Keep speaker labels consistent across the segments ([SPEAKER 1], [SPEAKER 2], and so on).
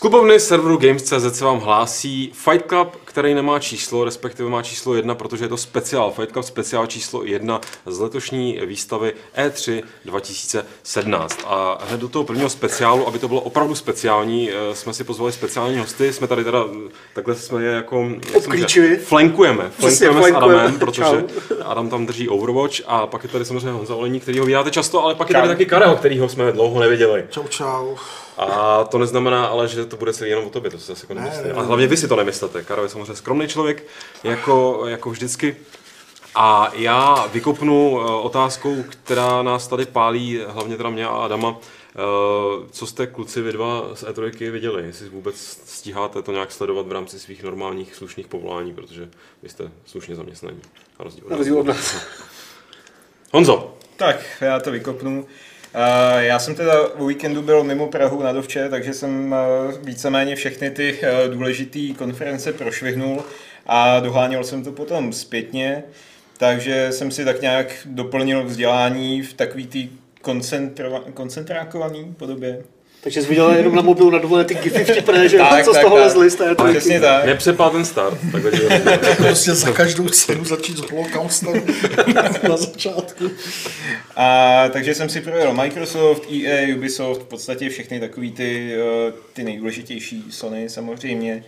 [SPEAKER 1] klubovny serveru Games.cz se vám hlásí Fight Club, který nemá číslo, respektive má číslo 1, protože je to speciál. Fight Club speciál číslo 1 z letošní výstavy E3 2017. A hned do toho prvního speciálu, aby to bylo opravdu speciální, jsme si pozvali speciální hosty. Jsme tady teda, takhle jsme je jako... Flankujeme s Adamem, protože Adam tam drží Overwatch a pak je tady samozřejmě Honza Oleník, který ho vídáte často, ale pak je tady taky Karel, kterýho jsme dlouho neviděli.
[SPEAKER 2] Čau.
[SPEAKER 1] A to neznamená ale, že to bude celý jenom o tobě, to si zase jako nemyslíte. A hlavně vy si to nemyslíte. Karel je samozřejmě skromný člověk, jako vždycky. A já vykopnu otázkou, která nás tady pálí, hlavně teda mě a Adama. Co jste kluci vy dva z E3 viděli? Jestli vůbec stíháte to nějak sledovat v rámci svých normálních slušných povolání, protože vy jste slušně zaměstnaní. Na rozdíl od nás. Honzo.
[SPEAKER 3] Tak, já to vykopnu. Já jsem teda o víkendu byl mimo Prahu na Dovče, takže jsem víceméně všechny ty důležité konference prošvihnul a doháněl jsem to potom zpětně, takže jsem si tak nějak doplnil vzdělání v takový té koncentrákovaný podobě.
[SPEAKER 4] Takže jsi viděl jenom na mobilu na dovolené ty gify vtipné, že co z toho lezli z té trojky.
[SPEAKER 3] Přesně tak.
[SPEAKER 1] Nepřepál ten start.
[SPEAKER 2] Prostě za každou cenu začít s holokaustem na začátku.
[SPEAKER 3] Takže jsem si projel Microsoft, EA, Ubisoft, v podstatě všechny takový ty nejdůležitější, Sony samozřejmě.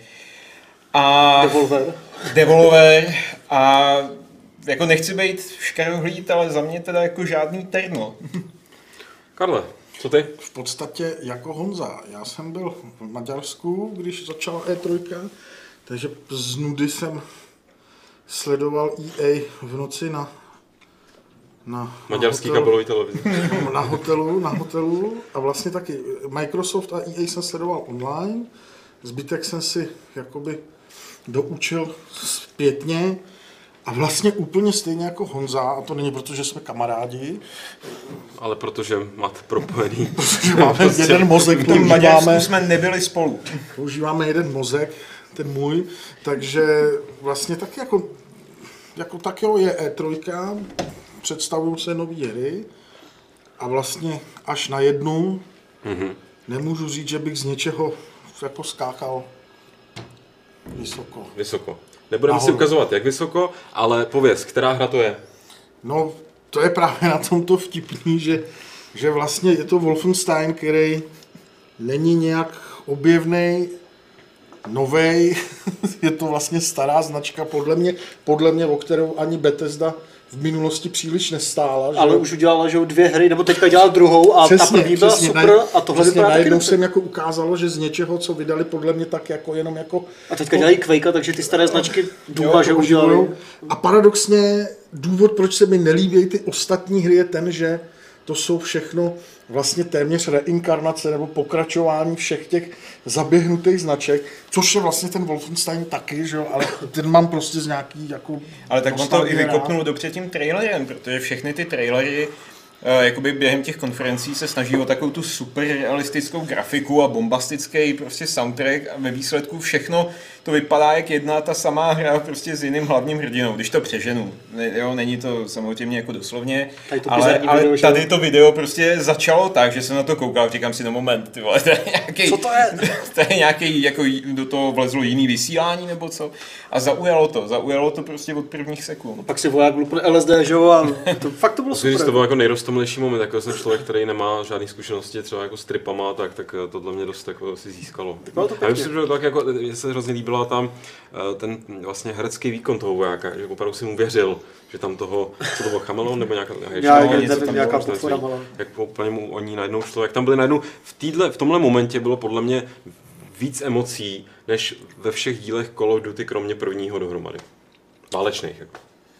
[SPEAKER 3] A Devolver. A jako nechci být škarohlíd, ale za mě teda jako žádný terno.
[SPEAKER 1] Karle, co ty?
[SPEAKER 2] V podstatě jako Honza. Já jsem byl v Maďarsku, když začala E3, takže z nudy jsem sledoval EA v noci na
[SPEAKER 1] maďarský kabelový televizi.
[SPEAKER 2] Na hotelu a vlastně taky Microsoft a EA jsem sledoval online. Zbytek jsem si jakoby doučil zpětně. A vlastně úplně stejně jako Honza, a to není proto, že jsme kamarádi.
[SPEAKER 1] Ale protože máte propojený.
[SPEAKER 2] Protože máme jeden mozek,
[SPEAKER 3] v tom Maďarsku jsme nebyli spolu.
[SPEAKER 2] Používáme jeden mozek, ten můj, takže vlastně taky jako tak jo, je E3, představují se nové hry a vlastně až na jednu nemůžu říct, že bych z něčeho jako skákal
[SPEAKER 1] Vysoko. Nebudeme si ukazovat, jak vysoko, ale pověz, která hra to je?
[SPEAKER 2] No, to je právě na tomto vtipný, že vlastně je to Wolfenstein, který není nějak objevnej, novej, je to vlastně stará značka, podle mě, o kterou ani Bethesda v minulosti příliš nestála. Že?
[SPEAKER 4] Ale už udělala, že 2 hry, nebo teďka dělala druhou a ta první byla super a tohle vypadá taky
[SPEAKER 2] najednou jsem jako ukázalo, že z něčeho, co vydali podle mě tak jako jenom jako...
[SPEAKER 4] A teďka dělají Quakea, takže ty staré značky důma, že udělali.
[SPEAKER 2] A paradoxně důvod, proč se mi nelíbí ty ostatní hry, je ten, že to jsou všechno vlastně téměř reinkarnace nebo pokračování všech těch zaběhnutých značek, což je vlastně ten Wolfenstein taky, že jo, ale ten mám prostě z nějaký jako...
[SPEAKER 3] Ale tak on to i vykopnul dobře tím trailerem, protože všechny ty trailery jakoby během těch konferencí se snaží o takovou tu super realistickou grafiku a bombastický prostě soundtrack a ve výsledku všechno to vypadá jak jedna ta samá hra prostě s jiným hlavním hrdinou, když to přeženu. Jo, není to samozřejmě jako doslovně, ale tady to video prostě začalo tak, že jsem na to koukal, říkám si, no moment, ty vole, to je nějaký...
[SPEAKER 4] Co to je?
[SPEAKER 3] To je nějaký, jako do toho vlezlo jiný vysílání nebo co. A zaujalo to prostě od prvních sekund.
[SPEAKER 4] A pak si voják byl pro LSD, že jo, a fakt to bylo super.
[SPEAKER 1] To byl jako nejroztomilejší moment, jako jsem člověk, který nemá žádný zkušenosti třeba jako s tripama, tak tohle mě dost jako si získalo. Já myslím, že tak jako, mě se hrozně líbila tam ten vlastně herecký výkon toho vojáka, že opravdu si mu věřil, že tam toho, co to bylo, chameleon nebo nějaká
[SPEAKER 4] potvora byla.
[SPEAKER 1] Jak úplně mu oni najednou šlo, jak tam byli najednou, v tomhle momentě bylo podle mě víc emocí, než ve všech dílech Call of Duty, kromě prvního dohromady. Válečných jako.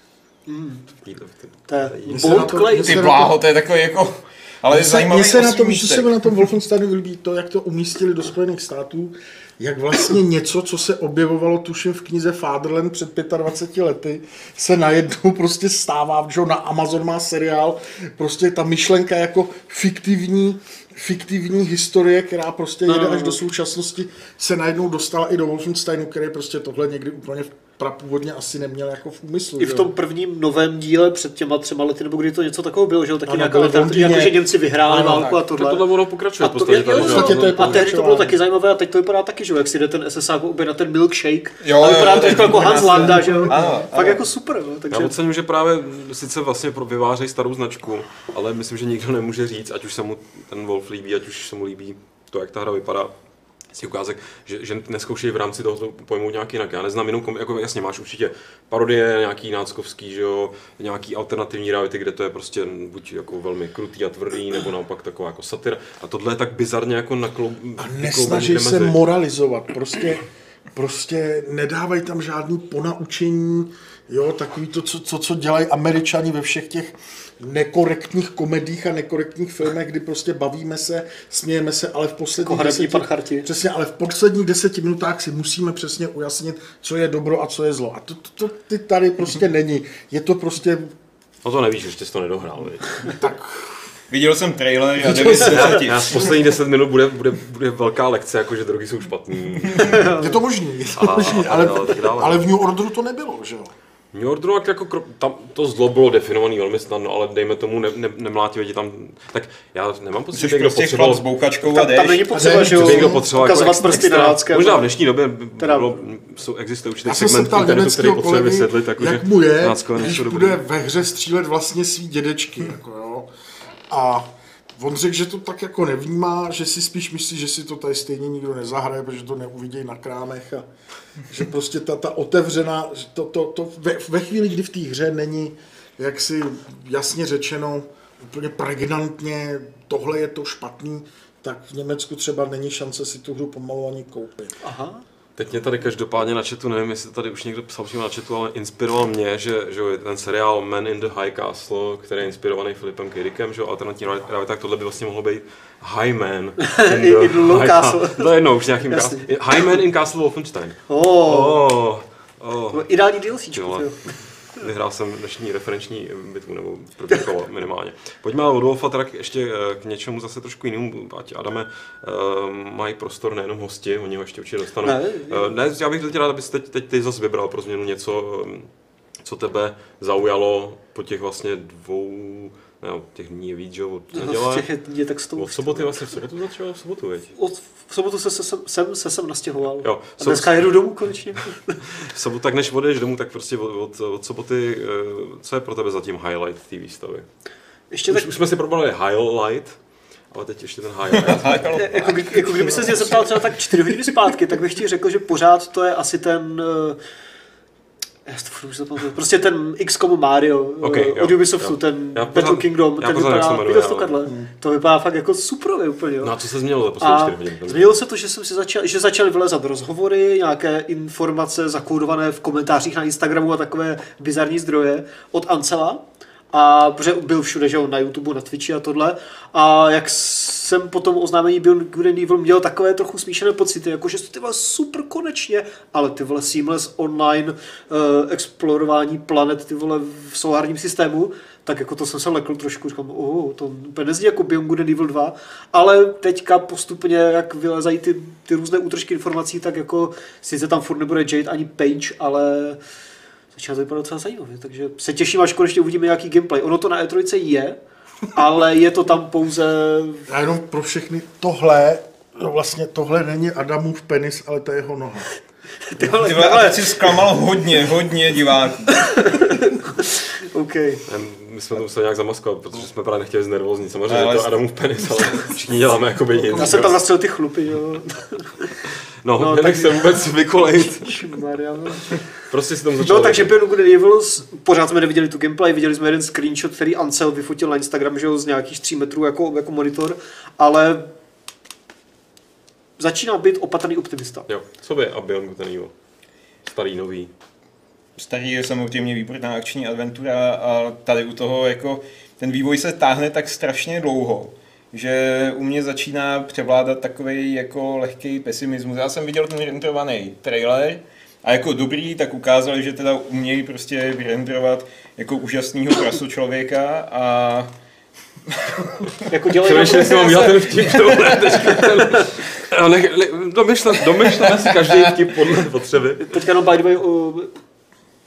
[SPEAKER 4] To je bold clay.
[SPEAKER 3] Ty bláho, to je takový jako... Ale zajímavý
[SPEAKER 2] se mi na tom Wolfensteinu líbí to, jak to umístili do Spojených států, jak vlastně něco, co se objevovalo, tuším, v knize Fatherland před 25 lety, se najednou prostě stává, že na Amazon má seriál, prostě ta myšlenka jako fiktivní historie, která prostě jede až do současnosti, se najednou dostala i do Wolfensteinu, který prostě tohle někdy úplně prapůvodně asi neměl jako v úmyslu.
[SPEAKER 4] I v tom prvním novém díle před těma 3 lety, nebo kdy to něco takového bylo, že jo, taky
[SPEAKER 2] ano,
[SPEAKER 4] nějaká alternativa, jako že Němci vyhráli válku a tohle.
[SPEAKER 1] Tak tohle ono pokračuje.
[SPEAKER 4] A tehdy to bylo taky zajímavé a teď to vypadá taky, že jo, jak si jde ten SSák obě na ten milkshake. A vypadá to jako Hans Landa, že jo. Fakt jako super.
[SPEAKER 1] Já ocením, že právě sice vlastně vyvářejí starou značku, ale myslím, že nikdo nemůže říct, ať už se mu ten Wolf líbí, ať už se mu líbí to, jak ta hra vypadá. Si ukázek, že neskoušejí v rámci toho pojmout nějak jinak. Já neznám jenom, jako jasně máš určitě parodie, nějaký náckovský, že jo, nějaký alternativní reality, kde to je prostě buď jako velmi krutý a tvrdý, nebo naopak taková jako satyra. A tohle je tak bizarně jako
[SPEAKER 2] A nesnaží se moralizovat, prostě nedávají tam žádný ponaučení, jo, takový to, co dělají Američani ve všech těch nekorektních komedích a nekorektních filmech, kdy prostě bavíme se, smějeme se, ale v posledních 10 minutách si musíme přesně ujasnit, co je dobro a co je zlo. A to tady prostě není. Je to prostě...
[SPEAKER 1] No to nevíš, že jsi to nedohrál, viď?
[SPEAKER 2] Tak...
[SPEAKER 3] Viděl jsem trailer a
[SPEAKER 1] já poslední 10 minut bude velká lekce, jako že drogy jsou špatný.
[SPEAKER 2] Je to možný, ale v New Orderu to nebylo, že jo?
[SPEAKER 1] New Orderu jako tam to zlo bylo definovaný velmi snadno, ale dejme tomu nemlátí lidi tam, tak já nemám pocit, že někdo potřeboval
[SPEAKER 3] s boukačkou a jdeš.
[SPEAKER 4] Tam není potřeba, že ukazovat prsty na nácka.
[SPEAKER 1] Možná v dnešní době existuje určitý segment internetu, který potřebuje vysvětlit,
[SPEAKER 2] jak mu je, když bude ve hře střílet vlastně svý dědečky, jako jo. A on řekl, že to tak jako nevnímá, že si spíš myslí, že si to tady stejně nikdo nezahraje, protože to neuvidějí na krámech a že prostě ta otevřená, ve chvíli, kdy v té hře není jaksi jasně řečeno úplně pregnantně, tohle je to špatný, tak v Německu třeba není šance si tu hru pomalu ani koupit.
[SPEAKER 4] Aha.
[SPEAKER 1] Teď mě tady každopádně na chatu, nevím, jestli tady už někdo psal přímo na chatu, ale inspiroval mě, že je ten seriál Man in the High Castle, který je inspirovaný Philipem K. Dickem, že alternativní realita, tak tohle by vlastně mohlo být High Man
[SPEAKER 4] in the Low Castle.
[SPEAKER 1] To je jednou už nějakým High Man in Castle Wolfenstein.
[SPEAKER 4] Ideální DLCčko.
[SPEAKER 1] Vyhrál jsem dnešní referenční bitvu, nebo první kolo minimálně. Pojďme od Wolfa teda ještě k něčemu zase trošku jinému, ať Adame mají prostor nejenom hosti, oni ho ještě určitě dostanou. Ne, já bych teď rád, abys teď ty zase vybral pro změnu něco, co tebe zaujalo po těch vlastně 2, těch dní je víc, že od neděle. Od soboty vlastně, v sobotu začal, v sobotu, veď?
[SPEAKER 4] V sobotu se sem nastěhoval. Jo, a dneska jedu domů konečně.
[SPEAKER 1] V sobotu, tak než odjdeš domů, tak prostě od soboty, co je pro tebe zatím highlight té výstavy? Už jsme si probrali highlight, ale teď ještě ten highlight.
[SPEAKER 4] jako kdyby se mě zeptal třeba tak 4 hodiny zpátky, tak bych ti řekl, že pořád to je asi ten... Prostě ten XCOM Mario od Ubisoftu, ten Battle Kingdom, ten vypadá, viděl jsi to Karle? To vypadá fakt jako suprově úplně.
[SPEAKER 1] No a co se změnilo za poslední 4 hodiny?
[SPEAKER 4] Změnilo se to, že začaly vylezat rozhovory, nějaké informace zakódované v komentářích na Instagramu a takové bizarní zdroje od Ancela. A protože byl všude, že na YouTube, na Twitchi a tohle. A jak jsem po tom oznámení Beyond Good and Evil měl takové trochu smíšené pocity, jakože ty vole super konečně, ale ty vole seamless online explorování planet, ty vole v solárním systému, tak jako to jsem se lekl trošku, říkám, to úplně nezní jako Beyond Good and Evil 2, ale teďka postupně, jak vylezají ty různé útržky informací, tak jako sice tam furt nebude Jade ani Page, ale začíná to vypadat docela zajímavě, takže se těším, až konečně uvidíme nějaký gameplay. Ono to na E3 je, ale je to tam pouze...
[SPEAKER 2] Já jenom pro všechny tohle není Adamův penis, ale to je jeho noha.
[SPEAKER 3] Tyhle si zklamal hodně diváků.
[SPEAKER 4] OK.
[SPEAKER 1] My jsme to museli nějak zamaskovat, protože jsme právě nechtěli znervóznit. Samozřejmě je to Adamův penis, ale všichni děláme jakoby nic.
[SPEAKER 4] Já jsem tam nastřelil ty chlupy, jo.
[SPEAKER 1] No tak se vůbec vykolejit. Prostě si tomu začal.
[SPEAKER 4] No, takže Beyond Good and Evil, pořád jsme neviděli tu gameplay, viděli jsme jeden screenshot, který Ancel vyfotil na Instagram, že jo, z nějakých 3 metrů jako monitor, ale začíná být opatrný optimista.
[SPEAKER 1] Jo, co by a Beyond Good and Evil? Starý, nový.
[SPEAKER 3] Starý je samozřejmě výborná akční adventura a tady u toho jako ten vývoj se táhne tak strašně dlouho, že u mě začíná převládat takovej jako lehký pesimismus. Já jsem viděl ten renderovaný trailer a jako dobrý, tak ukázali, že teda umějí prostě vyrenderovat jako úžasnýho prasočlověka a...
[SPEAKER 4] jako dělají...
[SPEAKER 1] Konečně si mám dělat ten vtip, domyšleme si každý vtip podle potřeby.
[SPEAKER 4] Teďka no by the way,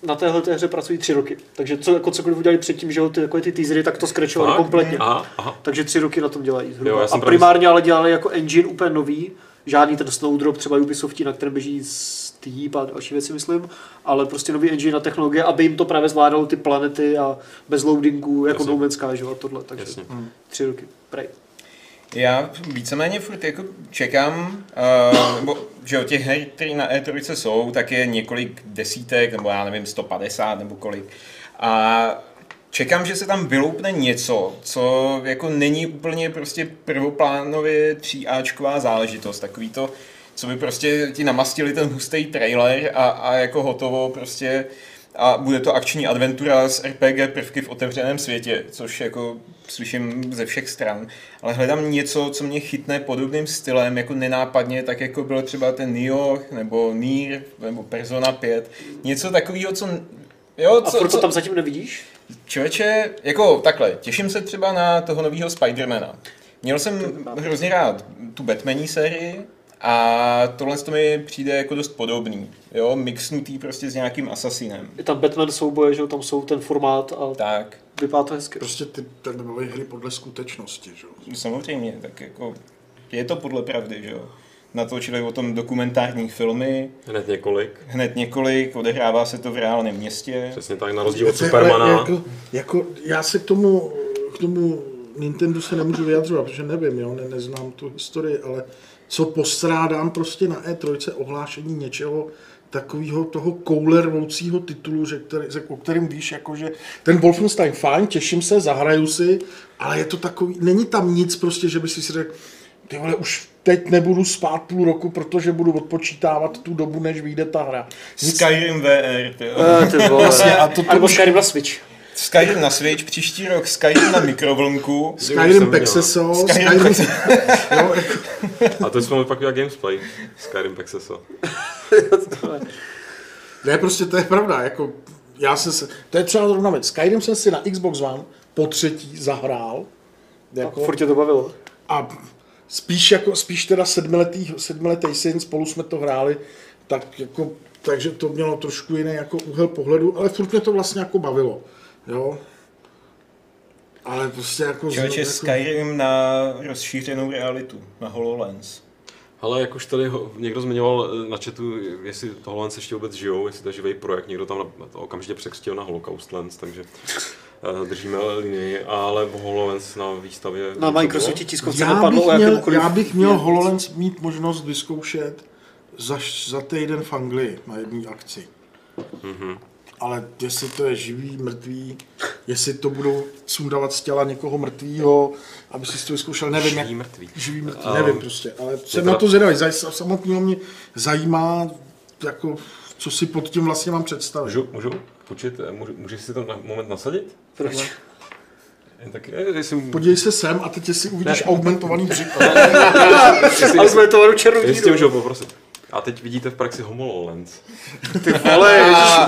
[SPEAKER 4] na téhle hře pracují 3 roky. Takže cokoliv udělali předtím, že jo, ty teasery, tak to skrečovali kompletně.
[SPEAKER 1] Aha.
[SPEAKER 4] Takže 3 roky na tom dělají zhruba.
[SPEAKER 1] Jo,
[SPEAKER 4] a primárně ale dělali jako engine úplně nový. Žádný ten Snowdrop, třeba Ubisofti, na kterém běží Steep a další věci, myslím, ale prostě nový engine na technologie, aby jim to právě zvládalo ty planety a bez loadingu, jako No Man's Sky, že? A tohle, takže 3 roky, prej.
[SPEAKER 3] Já víceméně furt jako čekám, nebo, že těch her, které na E3 jsou, tak je několik desítek, nebo já nevím, 150 nebo kolik. A čekám, že se tam vyloupne něco, co jako není úplně prostě prvoplánově 3Ačková záležitost. Takový to, co by prostě ti namastili ten hustý trailer a jako hotovo prostě. A bude to akční adventura s RPG prvky v otevřeném světě, což jako slyším ze všech stran. Ale hledám něco, co mě chytne podobným stylem, jako nenápadně, tak jako byl třeba ten Nioh, nebo Nier, nebo Persona 5. Něco takového, co... Jo,
[SPEAKER 4] a proč to tam zatím nevidíš?
[SPEAKER 3] Člověče, jako takhle, těším se třeba na toho nového Spidermana. Měl jsem hrozně rád tu Batmaní sérii a tohle to mi přijde jako dost podobný. Jo, mixnutý prostě s nějakým asasinem.
[SPEAKER 4] Je tam Batman souboje, že tam jsou ten formát a
[SPEAKER 3] tak.
[SPEAKER 4] Vypadá to hezky.
[SPEAKER 2] Prostě ty nové hry podle skutečnosti, že jo?
[SPEAKER 3] Samozřejmě, tak jako je to podle pravdy, že jo. Natočili o tom dokumentární filmy. Hned několik, odehrává se to v reálném městě.
[SPEAKER 1] Přesně tak, na rozdíl od Supermana.
[SPEAKER 2] Jako já se k tomu Nintendo se nemůžu vyjadřovat, protože nevím, jo, neznám tu historii, ale co postrádám prostě na E3 ohlášení něčeho takového toho koulervoucího titulu, o kterým víš, jakože ten Wolfenstein fajn, těším se, zahraju si, ale je to takový, není tam nic prostě, že by si řekl, ty vole, už teď nebudu spát půl roku, protože budu odpočítávat tu dobu, než vyjde ta hra.
[SPEAKER 3] Skyrim VR,
[SPEAKER 4] Nebo Skyrim na Switch.
[SPEAKER 3] Skyrim na Switch, příští rok Skyrim na mikrovlnku.
[SPEAKER 2] Skyrim Pexeso.
[SPEAKER 1] A to jsme pak udělali Gamesplay. Skyrim Pexeso.
[SPEAKER 2] Ne, prostě to je pravda. Jako, to je třeba zrovna věc. Skyrim jsem si na Xbox One po 3. zahrál.
[SPEAKER 4] Jako, furt tě to bavilo.
[SPEAKER 2] A spíš teda sedmiletý syn, spolu jsme to hráli, takže to mělo trošku jiný jako úhel pohledu, ale furt mě to vlastně jako bavilo. Jo? Ale prostě jako...
[SPEAKER 3] Člověče, Skyrim na rozšířenou realitu, na HoloLens.
[SPEAKER 1] Ale jak už tady někdo zmiňoval na chatu, jestli to HoloLens ještě vůbec žijou, jestli to je živý projekt, někdo tam okamžitě překřtil na Holocaust Lens, takže držíme linii, ale HoloLens na výstavě...
[SPEAKER 4] Na Microsoftu tiskovce nepadlo o jakémukoliv...
[SPEAKER 2] Já bych měl HoloLens mít možnost vyzkoušet za týden v Anglii na jedné akci.
[SPEAKER 1] Mm-hmm.
[SPEAKER 2] Ale jestli to je živý, mrtvý, jestli to budou sundávat z těla někoho mrtvýho, aby si to vyzkoušel, nevím. Živý mrtvý, nevím prostě. Ale jsem na to zvědavý, samotného mě zajímá, jako, co si pod tím vlastně mám představit.
[SPEAKER 1] Můžu počít? Můžeš si to na moment nasadit?
[SPEAKER 4] Proč?
[SPEAKER 2] Podívej se sem a teď si uvidíš augmentovaný břicho.
[SPEAKER 4] Augmentovanou černou díru.
[SPEAKER 1] Jestli můžu poprosit. A teď vidíte v praxi HoloLens.
[SPEAKER 4] Ty vole,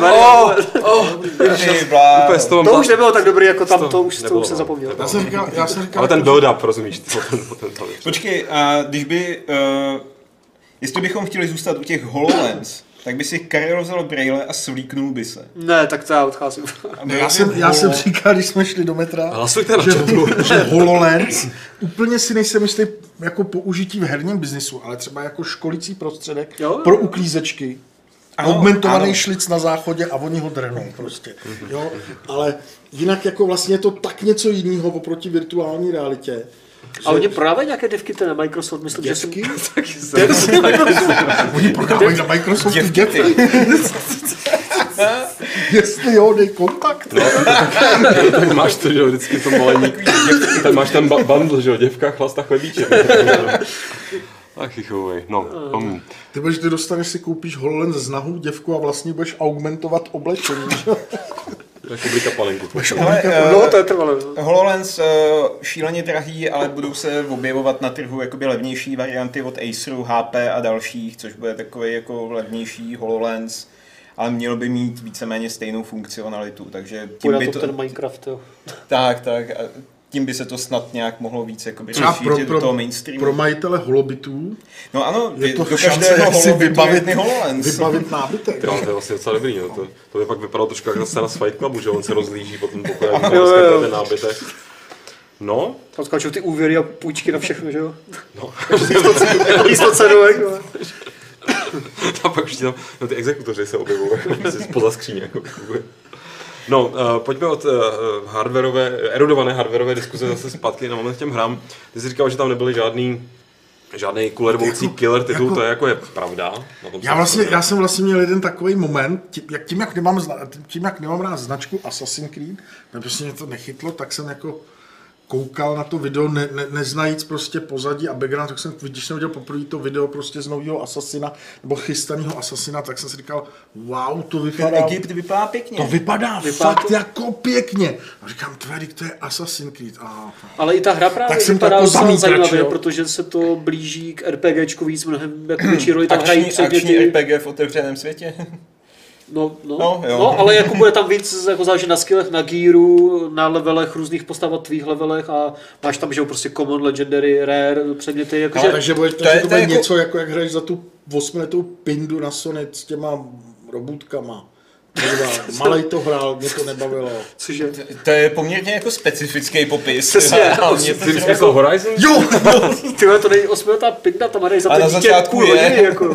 [SPEAKER 4] to už nebylo tak dobrý jako tam, to už se zapomněl.
[SPEAKER 2] Já jsem říkal,
[SPEAKER 1] ale ten build-up, rozumíš?
[SPEAKER 3] Počkej, a jestli bychom chtěli zůstat u těch HoloLens, tak by si Karel vzal brejle a svlíknul by se.
[SPEAKER 4] Ne, tak to já odcházím.
[SPEAKER 2] Já jsem říkal, když jsme šli do metra,
[SPEAKER 1] hlasujte na chatu,
[SPEAKER 2] že HoloLens úplně si nejsem jistý jako použití v herním biznisu, ale třeba jako školící prostředek pro uklízečky. Augmentovaný šlic na záchodě a oni ho drhnou prostě. Jo? Ale jinak jako vlastně je to tak něco jiného oproti virtuální realitě.
[SPEAKER 4] A oni prodávají nějaké devky na Microsoft, myslím,
[SPEAKER 2] děvky?
[SPEAKER 4] Že
[SPEAKER 2] oni prodávají na Microsoftu děvky. Jestli jo, dej kontakt.
[SPEAKER 1] No, tak máš to, že vždycky to malení. Tam máš ten bundle, že jo, děvka, chlast a chlebíček. Ach, chichovej, no.
[SPEAKER 2] Ty dostaneš si, koupíš HoloLens z nahou děvku a vlastně budeš augmentovat oblečení.
[SPEAKER 1] Jako blika palenku.
[SPEAKER 4] No, to je trvalé.
[SPEAKER 3] HoloLens šíleně drahý, ale budou se objevovat na trhu jakoby levnější varianty od Aceru, HP a dalších, což bude takový jako levnější HoloLens, ale měl by mít víceméně stejnou funkcionalitu, takže tím by to...
[SPEAKER 4] ten Minecraft, jo.
[SPEAKER 3] Tak. tím by se to snad nějak mohlo víc jakoby
[SPEAKER 2] Třeba
[SPEAKER 3] rozšířit do toho mainstreamu.
[SPEAKER 2] pro majitele holobitů
[SPEAKER 3] No ano,
[SPEAKER 2] je to
[SPEAKER 3] do
[SPEAKER 2] šance,
[SPEAKER 3] každého
[SPEAKER 2] jak si
[SPEAKER 3] holobitu jedny HoloLens.
[SPEAKER 2] vybavit nábytek.
[SPEAKER 1] To je vlastně docela dobrý, no. To by pak vypadalo trošku jako scéna z Fight Clubu, že on se rozlíží po tom pokoji, ten nábytek. No.
[SPEAKER 4] Tam skáčou ty úvěry a půjčky na všechno, že jo?
[SPEAKER 1] No.
[SPEAKER 4] Místo cenovek, no.
[SPEAKER 1] A pak už tam ty exekutoři se objevují spoza skříně. Jako. No, pojďme od erudované hardwareové diskuze zase zpátky na moment k těm hrám. Ty jsi říkal, že tam nebyly žádný kulervoucí killer titul, to je pravda. Na tom
[SPEAKER 2] Já jsem vlastně měl jeden takový moment, tím jak nemám rád značku Assassin's Creed, prostě mě to nechytlo, tak jsem jako koukal na to video, neznajíc prostě pozadí a background, tak jsem, když jsem viděl poprvé to video prostě z nového Assassina, nebo chystaného Assassina, tak jsem si říkal, wow, to vypadá...
[SPEAKER 3] Egypt vypadá pěkně.
[SPEAKER 2] To vypadá fakt jako pěkně. A říkám, to je Assassin's Creed.
[SPEAKER 4] Ale i ta hra právě vypadá docela zajímavě, protože se to blíží k RPGčku víc, mnohem jako větší roli tam hrají předměty.
[SPEAKER 3] Akční RPG v otevřeném světě.
[SPEAKER 4] No, ale jako bude tam víc jako záleží na skillech, na gearu, na levelech, různých postav a tvých levelech a máš tam, že prostě common, legendary, rare předměty. Jakože...
[SPEAKER 2] Takže to bude něco, jako jak hraješ za tu 8letou pindu na Sony s těma robůtkama. Malej to hrál, mě to nebavilo.
[SPEAKER 4] Cože?
[SPEAKER 3] To je poměrně jako specifický popis.
[SPEAKER 4] Přesně.
[SPEAKER 1] Jako Horizon?
[SPEAKER 2] Jo!
[SPEAKER 4] Tyhle, to není 8letá pinda, tam hraješ za to dítě půl hodiny, jako.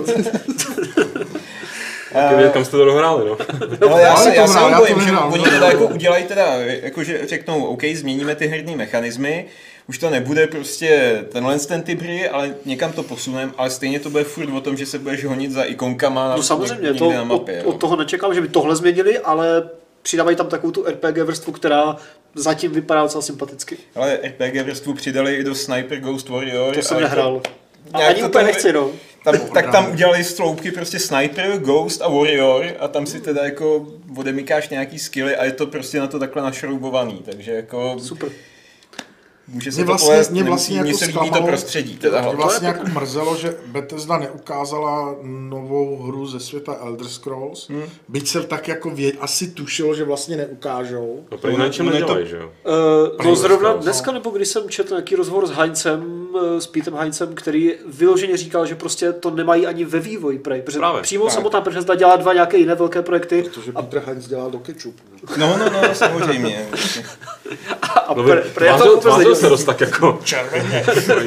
[SPEAKER 1] Kam jste to dohráli, no?
[SPEAKER 3] Ale já se bojím, že oni teda jako udělají teda, jakože řeknou, OK, změníme ty herní mechanismy, už to nebude prostě ten typ hry, ale někam to posuneme, ale stejně to bude furt o tom, že se budeš honit za ikonkama
[SPEAKER 4] no samozřejmě,
[SPEAKER 3] to na mapě.
[SPEAKER 4] Od toho nečekám, že by tohle změnili, ale přidávají tam takovou tu RPG vrstvu, která zatím vypadá docela sympaticky.
[SPEAKER 3] Ale RPG vrstvu přidali i do Sniper Ghost Warrior.
[SPEAKER 4] To jsem nehrál. Ani úplně nechci, no.
[SPEAKER 3] Tak tam udělali sloupky prostě Sniper, Ghost a Warrior a tam si teda jako odemykáš nějaký skilly a je to prostě na to takhle našroubovaný, takže jako...
[SPEAKER 4] Super.
[SPEAKER 3] Může se to povést, mně se líbí to prostředí. Teda.
[SPEAKER 2] Mě vlastně jako mrzelo, že Bethesda neukázala novou hru ze světa Elder Scrolls, byť se tak jako asi tušilo, že vlastně neukážou.
[SPEAKER 1] No pro něčem nedělají, že jo?
[SPEAKER 4] No zrovna dneska, nebo když jsem četl nějaký rozhovor s Heinzem, s Petem Heinzem, který vyloženě říkal, že prostě to nemají ani ve vývoji, protože přímo samotná Bethesda dělá 2 nějaké jiné velké projekty.
[SPEAKER 2] Protože Peter Heinz dělal do ketchupu.
[SPEAKER 3] No, samozřejmě.
[SPEAKER 1] Vážil se dost tak jako
[SPEAKER 2] červeně.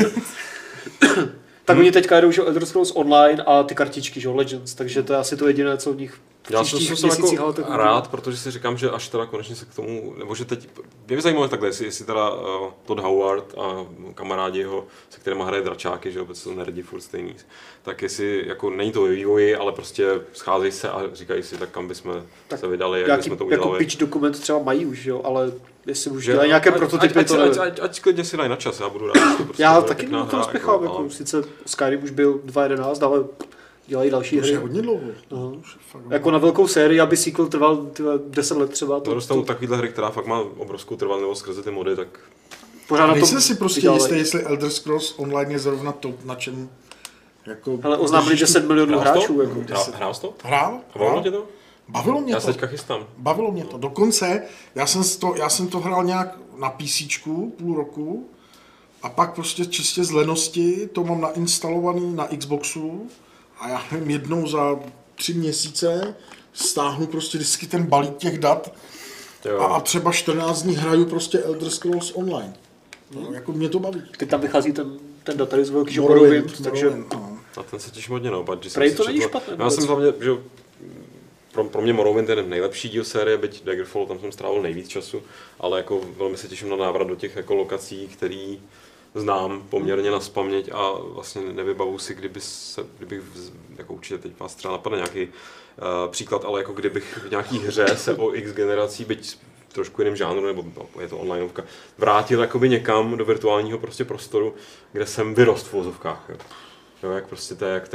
[SPEAKER 4] Tak oni teďka jedou, že Elder Scrolls Online a ty kartičky, že Legends, takže to je asi to jediné, co v nich
[SPEAKER 1] já jsem jako rád, protože si říkám, že až teda konečně se k tomu, nebo že teď, mě by zajímalo takhle, jestli teda Todd Howard a kamarádi jeho, se kterýma hraje dračáky, že vůbec jsou nerdi furt stejný, tak jestli jako není to ve vývoji, ale prostě scházejí se a říkají si, tak kam bychom se vydali, jak jsme to udělali.
[SPEAKER 4] Jako pitch dokument třeba mají už, jo, ale jestli už dělají nějaké prototypy,
[SPEAKER 1] ať klidně si dají na čas, já budu rád. Prostě
[SPEAKER 4] já taky na to spěchám, jako sice Skyrim už byl 2.11, ale dělají další hry.
[SPEAKER 2] Už je hodně dlouho.
[SPEAKER 4] Jako na velkou sérii, aby sequel trval 10 let třeba.
[SPEAKER 1] To dostanu takovýhle hry, která fakt má obrovskou trvanlivost skrze ty mody, tak...
[SPEAKER 2] Nejsem si prostě jistý, jestli Elder Scrolls Online je zrovna to, na čem... Jako,
[SPEAKER 4] ale oznámili 10 milionů hráčů. Jako.
[SPEAKER 1] Hrál jsi to?
[SPEAKER 2] Hrál.
[SPEAKER 1] Bavilo tě to?
[SPEAKER 2] Bavilo mě
[SPEAKER 1] já
[SPEAKER 2] to.
[SPEAKER 1] Já se teďka chystám.
[SPEAKER 2] Bavilo mě to. Dokonce, já jsem to hrál nějak na PCčku půl roku a pak prostě čistě z lenosti to mám nainstalovaný na Xboxu a já nevím, jednou za 3 měsíce stáhnu prostě vždycky ten balík těch dat a třeba 14 dní hraju prostě Elder Scrolls Online. No, jako mě to baví.
[SPEAKER 4] Teď tam vychází ten datadisk velký, že Morrowind, takže...
[SPEAKER 1] Na ten se těším hodně, no.
[SPEAKER 4] Prej to není špatné.
[SPEAKER 1] Já jsem hlavně, že pro mě Morrowind je nejlepší díl série, byť Daggerfall, tam jsem strávil nejvíc času, ale jako velmi se těším na návrat do těch jako lokací, který znám poměrně naspaměť a vlastně nevybavu si, kdybych jako určitě teď vás třeba napadne nějaký příklad, ale jako kdybych v nějaký hře se o X generací, byť trošku jiném žánru, nebo je to onlineovka, vrátil jakoby někam do virtuálního prostě prostoru, kde jsem vyrost v uvozovkách. Jo, jak prostě to je, jak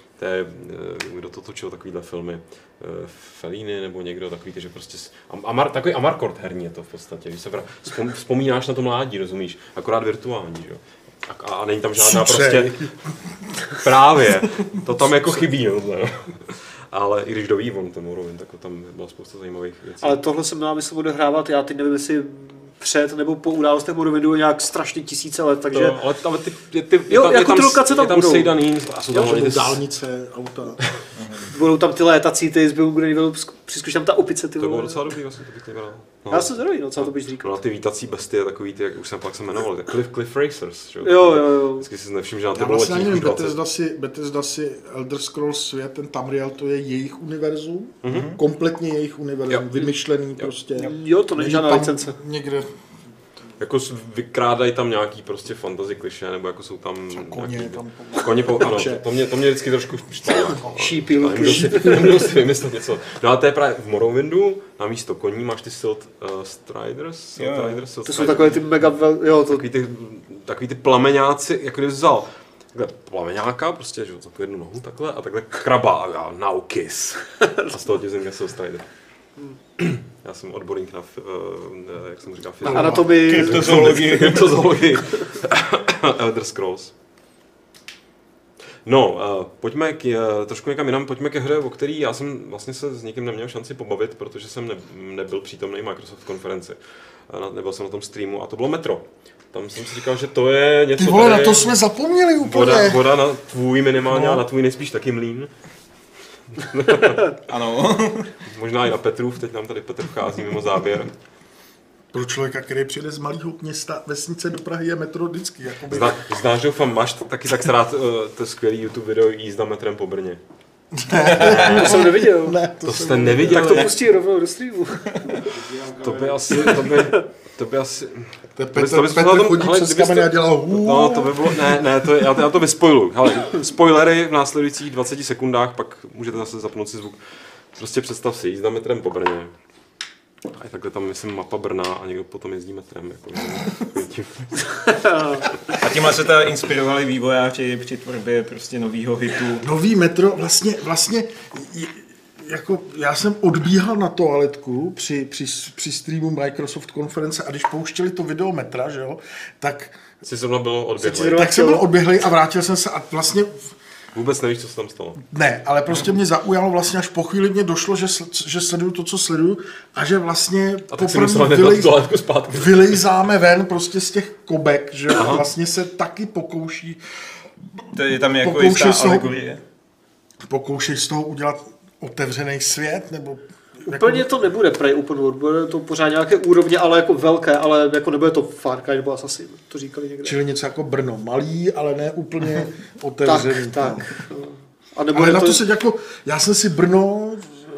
[SPEAKER 1] kdo to točil takovýhle filmy, Fellini nebo někdo takový, že prostě takový Amarcord herní je to v podstatě, když se vzpomínáš na to mládí, rozumíš, akorát virtuální, jo. A není tam žádná prostě právě, to tam jako chybí, no. Ale i když doví on ten Morrowind, tak tam byla spousta zajímavých věcí.
[SPEAKER 4] Ale tohle se má mysl odehrávat, já teď nevím, jestli před nebo po událostech Morrowindu nějak strašně tisíce let, takže...
[SPEAKER 1] Ale
[SPEAKER 4] ty lokace tam budou.
[SPEAKER 1] Sejdaný, a jsou tam hlavně
[SPEAKER 2] dálnice, auta.
[SPEAKER 4] Budou tam ty létací, ty zbyl, kde nebyl, přiskočí tam ta opice, ty
[SPEAKER 1] to bylo
[SPEAKER 4] vole.
[SPEAKER 1] docela dobrý, vlastně to bych nebral. No.
[SPEAKER 4] Já jsem zvědavý, no, co to bys říkal.
[SPEAKER 1] No a ty vítací bestie, takový ty, jak už jsem pak se jmenoval, Cliff Racers, že?
[SPEAKER 4] Jo.
[SPEAKER 1] Vždycky si nevšiml, že na to
[SPEAKER 2] Já
[SPEAKER 1] bylo
[SPEAKER 2] vlastně nevím,
[SPEAKER 1] 2020.
[SPEAKER 2] Bethesda si Elder Scrolls svět, ten Tamriel, to je jejich univerzum, kompletně jejich univerzum, vymyšlený prostě.
[SPEAKER 4] Jo, to není žádná licence.
[SPEAKER 2] Někde
[SPEAKER 1] Jako vykrádají tam nějaký prostě fantasy klišé, nebo jako jsou tam
[SPEAKER 2] koně,
[SPEAKER 1] nějaký...
[SPEAKER 2] tam
[SPEAKER 1] Koně, ano, to mě vždycky trošku štvalo.
[SPEAKER 4] Šípy, luky.
[SPEAKER 1] Nemůžu si vymyslet něco. No a to je právě v Morrowindu, na místo koní máš ty Silt Striders.
[SPEAKER 4] To jsou takové ty mega, jo, to...
[SPEAKER 1] Takový ty plameňáci, jako kdyby vzal takhle plameňáka, prostě, že takovou jednu nohu takhle, a takhle kraba a now kiss. A z toho tě vznikne Silt Strider. Já jsem odborník na, jak jsem říkal, fyziku.
[SPEAKER 4] Anatomii.
[SPEAKER 1] Kryptozoologii. Elder Scrolls. No, pojďme trošku někam jinam, pojďme ke hře, o který já jsem vlastně se s nikým neměl šanci pobavit, protože jsem nebyl přítomný Microsoft konferenci. Nebyl jsem na tom streamu a to bylo Metro. Tam jsem si říkal, že to je něco...
[SPEAKER 2] Ty vole, na to jsme zapomněli úplně.
[SPEAKER 1] Voda na tvůj minimálně a na tvůj nejspíš taky mlýn.
[SPEAKER 3] Ano.
[SPEAKER 1] Možná i na Petrův, teď nám tady Petr vchází mimo záběr.
[SPEAKER 2] Pro člověka, který přijde z malého města, vesnice do Prahy, je metro vždycky. Jakoby...
[SPEAKER 1] Znáš, doufám, máš taky tak rád to skvělý YouTube video Jízda metrem po Brně.
[SPEAKER 4] To jsem neviděl.
[SPEAKER 2] Ne,
[SPEAKER 1] to jste neviděl?
[SPEAKER 4] Tak to pustí rovnou do streamu.
[SPEAKER 1] To by asi...
[SPEAKER 2] Petr chodí přes kamery a dělá
[SPEAKER 1] No, to by bylo... Ne, já to vyspoiluji. Hele, spoilery v následujících 20 sekundách, pak můžete zase zapnout si zvuk. Prostě představ si, Jízda metrem po Brně. A takhle tam, myslím, mapa Brna a někdo potom jezdí metrem. Jako,
[SPEAKER 3] A tímhle se teda inspirovali vývojáři při tvorbě prostě novýho hitu.
[SPEAKER 2] Nový metro, vlastně jako já jsem odbíhal na toaletku při streamu Microsoft konference a když pouštěli to video metra, že jo, tak...
[SPEAKER 1] Jsi zrovna byl odběhlej.
[SPEAKER 2] Tak jsem byl odběhlej a vrátil jsem se a vlastně...
[SPEAKER 1] Vůbec nevíš, co se tam stalo.
[SPEAKER 2] Ne, ale prostě mě zaujalo vlastně až po chvíli mě došlo, že sleduju to, co sleduju a že vlastně
[SPEAKER 1] poprvé
[SPEAKER 2] vylejzáme ven prostě z těch kobek, že vlastně se taky pokouší...
[SPEAKER 3] To je tam jako jistá alegorie.
[SPEAKER 2] Pokouší z toho udělat otevřený svět, nebo...
[SPEAKER 4] Úplně jako... to nebude prej open world, bude to pořád nějaké úrovně, ale jako velké, ale jako nebude to Far Cry nebo Assassin, to říkali někde.
[SPEAKER 2] Čili něco jako Brno, malý, ale ne úplně otevřený.
[SPEAKER 4] Tak.
[SPEAKER 2] Ale na to se jako, já jsem si Brno,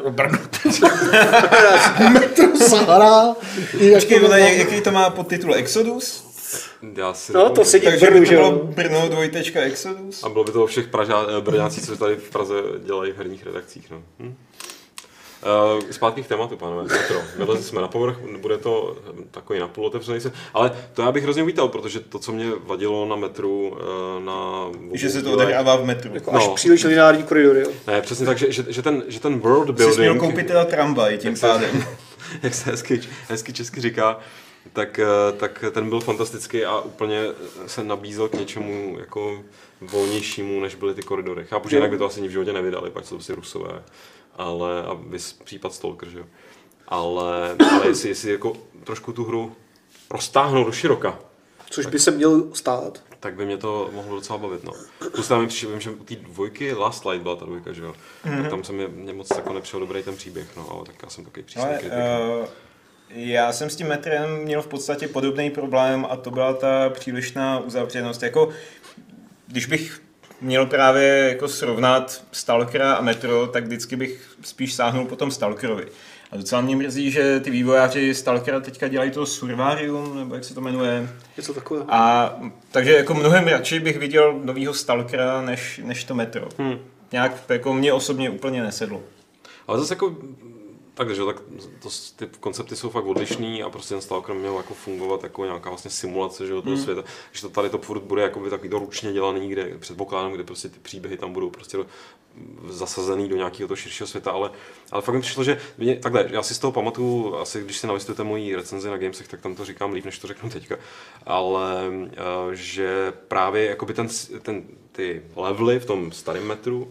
[SPEAKER 2] metro zahrál.
[SPEAKER 3] Jaký to má podtitul Exodus?
[SPEAKER 4] No to sedí
[SPEAKER 3] takže by to bylo Brno dvojtečka Exodus.
[SPEAKER 1] A bylo by to o všech Brňácích, co tady v Praze dělají v herních redakcích. No. Zpátky k tématu, pánové. Metro. Vylezli jsme na povrch, bude to takový napůl otevřený se. Ale to já bych hrozně uvítal, protože to, co mě vadilo na metru,
[SPEAKER 3] že se to odehrává v metru.
[SPEAKER 4] Jako až příliš lineární koridory, jo.
[SPEAKER 1] Ne, přesně tak, že ten world building...
[SPEAKER 3] Jsi měl koupit teda tramvaj tím pádem.
[SPEAKER 1] Jak se hezky česky říká, tak ten byl fantastický a úplně se nabízel k něčemu jako volnějšímu, než byly ty koridory. Chápu, že jinak by to asi v životě nevydali, pak jsou si Rusové. Ale a vys případ Stalker, že jo. Ale jestli jako trošku tu hru roztáhnout do široka.
[SPEAKER 4] Což by se měl stát.
[SPEAKER 1] Tak by mě to mohlo docela bavit, no. Plus tam vím, že u té dvojky Last Light byla ta dvojka, že jo. Tak tam se mě moc jako nepřijel dobrý ten příběh, no, ale tak já jsem takový přísný kritik.
[SPEAKER 3] Já jsem s tím metrem měl v podstatě podobný problém a to byla ta přílišná uzavřenost. Jako, když bych měl právě jako srovnat Stalkera a Metro, tak vždycky bych spíš sáhnul po tom Stalkerovi. A docela mě mrzí, že ty vývojáři Stalkera teďka dělají to Survarium, nebo jak se to jmenuje.
[SPEAKER 4] Něco takové.
[SPEAKER 3] A takže jako mnohem radši bych viděl novýho Stalkera, než to Metro. Nějak jako mě osobně úplně nesedlo.
[SPEAKER 1] Ale zase jako... Takže tak ty koncepty jsou fakt odlišný a prostě ten Stalker měl jako fungovat jako nějaká vlastně simulace, že, toho světa. Že to tady to furt bude jakoby takový to ručně dělaný, kde předpokládám, kde prostě ty příběhy tam budou prostě zasazený do nějakého toho širšího světa, ale fakt mi přišlo, že takhle, já si z toho pamatuju, asi když si nalistujete moji recenzi na Gamesech, tak tam to říkám líp, než to řeknu teďka, ale že právě jakoby ty levely v tom starém metru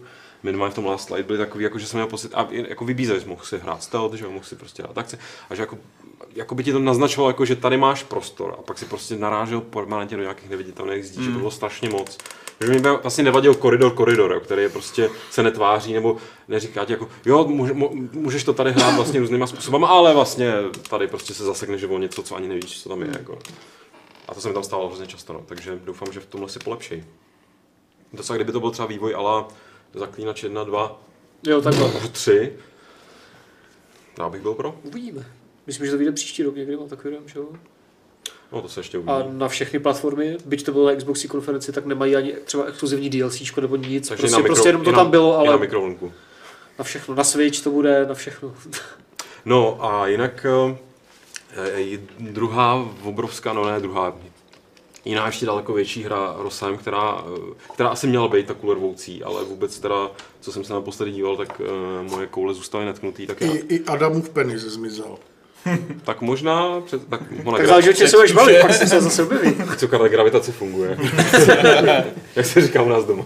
[SPEAKER 1] minimálně v tom Last Light byly takový, jako že jsem měl pocit, a jako vybízeli, mohl si hrát stealth, že mohl si prostě hrát akci, a že jako by ti to naznačovalo, jako, že tady máš prostor a pak si prostě narážel permanentně do nějakých neviditelných zdí, že to bylo strašně moc. Že mi vlastně nevadil koridor, který je prostě se netváří, nebo neříká ti jako, jo, můžeš to tady hrát vlastně různýma způsobama, ale vlastně tady prostě se zasekneš o něco, co ani nevíš, co tam je. Jako. A to se mi tam stalo hrozně často, no. Takže doufám, že v tomhle si polepšej. To kdyby to byl třeba vývoj ala Zaklínač 1, 2,
[SPEAKER 4] jo, takhle.
[SPEAKER 1] 3, já bych byl pro.
[SPEAKER 4] Uvidíme. Myslím, že to vyjde příští rok někdy, mám takový dojem, že jo?
[SPEAKER 1] No to se ještě uvidí.
[SPEAKER 4] A na všechny platformy, byť to bylo na Xboxí konferenci, tak nemají ani třeba exkluzivní DLCčko nebo nic.
[SPEAKER 1] Takže
[SPEAKER 4] prostě jenom to tam bylo, ale
[SPEAKER 1] na mikrovlnku.
[SPEAKER 4] Na všechno, na Switch to bude, na všechno.
[SPEAKER 1] No a jinak druhá obrovská, no ne druhá, jiná ještě daleko větší hra rozsahem, která asi měla být ta kulervoucí, ale vůbec teda, co jsem se naposledy díval, tak moje koule zůstaly netknutý. Tak
[SPEAKER 2] I Adamův penis zmizel.
[SPEAKER 1] Tak možná... Tak
[SPEAKER 4] záleží, že se budeš bavit, pak se zase objeví.
[SPEAKER 1] Co Karle, gravitace funguje. Jak se říká u nás doma.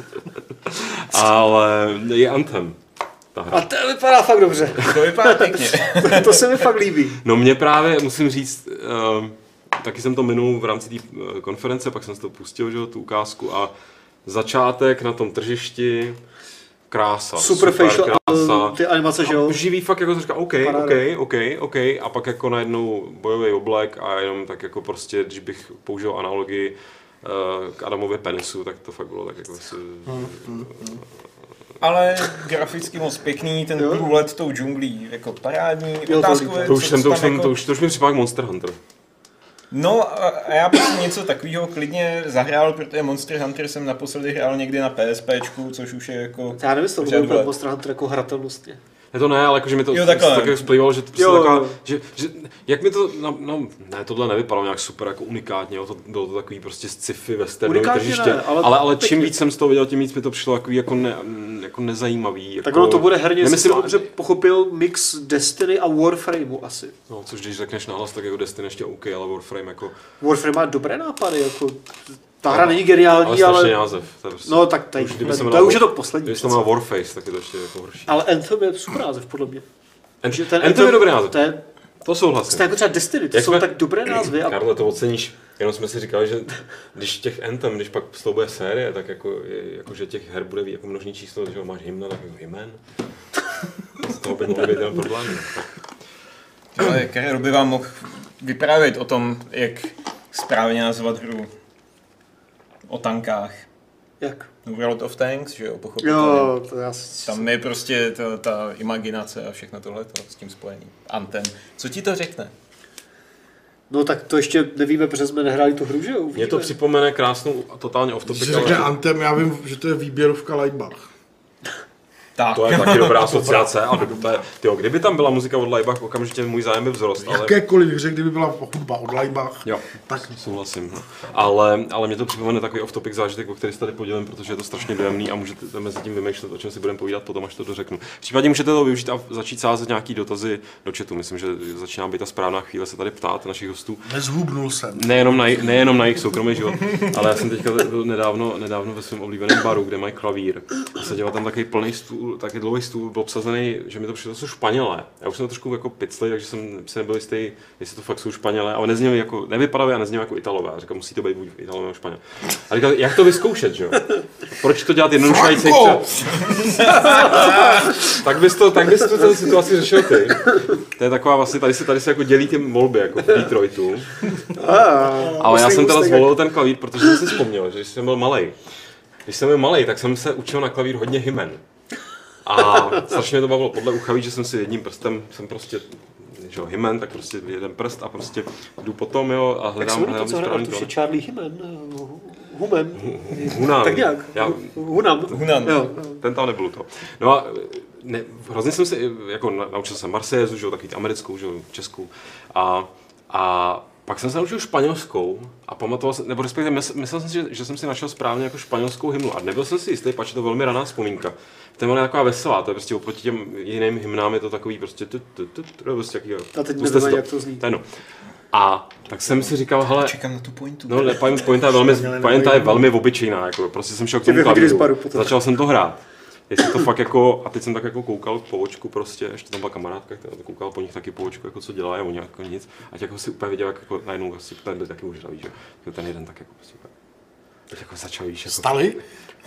[SPEAKER 1] Ale je Anthem.
[SPEAKER 4] A to vypadá fakt dobře.
[SPEAKER 3] To vypadá pěkně.
[SPEAKER 4] To se mi fakt líbí.
[SPEAKER 1] No mě právě, musím říct, taky jsem to minul v rámci té konference, pak jsem si to pustil, že, tu ukázku a začátek na tom tržišti, krása, super
[SPEAKER 4] facial,
[SPEAKER 1] krása.
[SPEAKER 4] Ty animace, že jo?
[SPEAKER 1] Živý fakt jako říká, OK, a pak jako najednou bojový oblek a jenom tak jako prostě, když bych použil analogii k Adamově penisu, tak to fakt bylo tak jako si...
[SPEAKER 3] Ale graficky moc pěkný, ten průlet tou džunglí, jako parádní.
[SPEAKER 1] Otázku je, to už mi připadá Monster Hunter.
[SPEAKER 3] No a já bych si něco takového klidně zahrál, protože Monster Hunter jsem naposledy hrál někdy na PSPčku, což už je jako...
[SPEAKER 4] Já nevím, jestli to byl Monster Hunter jako hratelnostně.
[SPEAKER 1] Ne to ne, ale jakože mi to tak splývalo, že to prostě taková, že jak mi to, no ne, tohle nevypadalo nějak super jako unikátně, bylo to takový prostě sci-fi westernový tržiště,
[SPEAKER 4] ne,
[SPEAKER 1] ale čím víc jsem z toho viděl, tím víc mi to přišlo takový jako nezajímavý.
[SPEAKER 4] Tak ono to bude herně, jestli jsem dobře pochopil, mix Destiny a Warframeu asi.
[SPEAKER 1] No, což když řekneš nahlas, tak jako Destiny ještě OK, ale Warframe jako...
[SPEAKER 4] Warframe má dobré nápady, jako... Ta hra není geniální, ale...
[SPEAKER 1] název. To je prostě,
[SPEAKER 4] no tak tady, to už je to poslední.
[SPEAKER 1] Když to má Warface, tak je to ještě jako horší.
[SPEAKER 4] Ale Anthem je super název, podle mě.
[SPEAKER 1] Anthem je dobrý název. To souhlasím.
[SPEAKER 4] To je jako třeba Destiny, to jsou tak dobré názvy.
[SPEAKER 1] Karle, to oceníš. Jenom jsme si říkali, že když těch Anthem, když pak z toho bude série, tak jako že těch her bude jako množný číslo, že máš hymna, tak jako hymen. Z toho by mohl být ten problém.
[SPEAKER 3] Ale Karel by vám mohl vyprávět o tom, jak správně nazvat hru. O tankách.
[SPEAKER 4] Jak?
[SPEAKER 3] World of Tanks, že jo, pochopitelně.
[SPEAKER 4] Jo, to já...
[SPEAKER 3] Tam je prostě ta imaginace a všechno tohle s tím spojený. Anthem. Co ti to řekne?
[SPEAKER 4] No tak to ještě nevíme, protože jsme nehráli tu hru, že jo?
[SPEAKER 1] Mně to připomene krásnou a totálně off-topic.
[SPEAKER 2] Když řekne Anthem, já vím, že to je výběrovka Lightbach.
[SPEAKER 3] Tak.
[SPEAKER 1] To je taky dobrá asociace. A kdyby tam byla muzika od Laibach, okamžitě můj zájem by vzrost.
[SPEAKER 2] Jakékoliv hře, kdyby byla hudba od Laibach,
[SPEAKER 1] tak souhlasím. Ale mě to připomene takový off-topic zážitek, o který se tady podělím, protože je to strašně dojemný a můžete mezi tím vymýšlet, o čem si budeme povídat potom, až to dořeknu. V případě můžete to využít a začít sázet nějaký dotazy do chatu. Myslím, že začíná být ta správná chvíle se tady ptát našich hostů.
[SPEAKER 2] Nezhubnul jsem.
[SPEAKER 1] Nejenom na jejich soukromý život, ale já jsem teďka byl nedávno ve svém oblíbeném baru, kde mají klavír. A seděl tam takový plný stůl, taky dlouhý stůl byl obsazený, že mi to přišlo, jsou Španělé. Já už jsem to trošku jako piclej, takže jsem si nebyl jistý, jestli to fakt jsou Španělé, ale nezněli jako, nevypadali a nezněli jako Italové. Já říkal, musí to být buď Italové nebo Španělé. A říkal, jak to vyzkoušet, že jo? Proč to dělat jednodušející? Tak bys to tu situaci řešil ty. To je taková vlastně, tady se jako dělí ty volby, jako v Detroitu. Ale já jsem teda zvolil ten klavír, protože jsem si vzpomněl, že jsem byl malej. Když jsem byl malej, tak jsem se učil na klavír hodně hymen. A strašně mě to bavilo podle ucha, že jsem si jedním prstem, jsem prostě, že jo, hymen, tak prostě jeden prst a prostě jdu potom, jo, a hledám
[SPEAKER 4] správný tón. Charlie Hymen,
[SPEAKER 1] Hunan.
[SPEAKER 4] Tak nějak. Hunan.
[SPEAKER 3] Jo.
[SPEAKER 1] Ten tam nebyl to. No a hrozně jsem si, jako naučil jsem Marseillaise, že jo, takový americkou, že jo, českou. A pak jsem se naučil španělskou a pamatoval jsem, nebo respektive myslel jsem si, že jsem si našel správně jako španělskou hymnu a nebyl jsem si jistý, pač je to velmi raná vzpomínka. To je taková veselá, to je prostě oproti těm jiným hymnám je to takový prostě prostě jaký.
[SPEAKER 4] A teď nevím, jak to zní.
[SPEAKER 1] A tak jsem si říkal, hele,
[SPEAKER 3] čekám na tu pointu.
[SPEAKER 1] No, pointa je velmi obyčejná, jako prostě jsem šel k tomu klavíru, začal jsem to hrát. jestli to fakt jako, a teď jsem tak jako koukal po očku prostě, ještě tam byla kamarádka, která to koukala po nich taky po očku, jako co dělá, a oni jako nic, a jako si úplně viděl, jako najednou asi ten byl taky ožravý, že jo, ten jeden tak jako prostě teď jako začal, víš, jako...
[SPEAKER 2] Stali?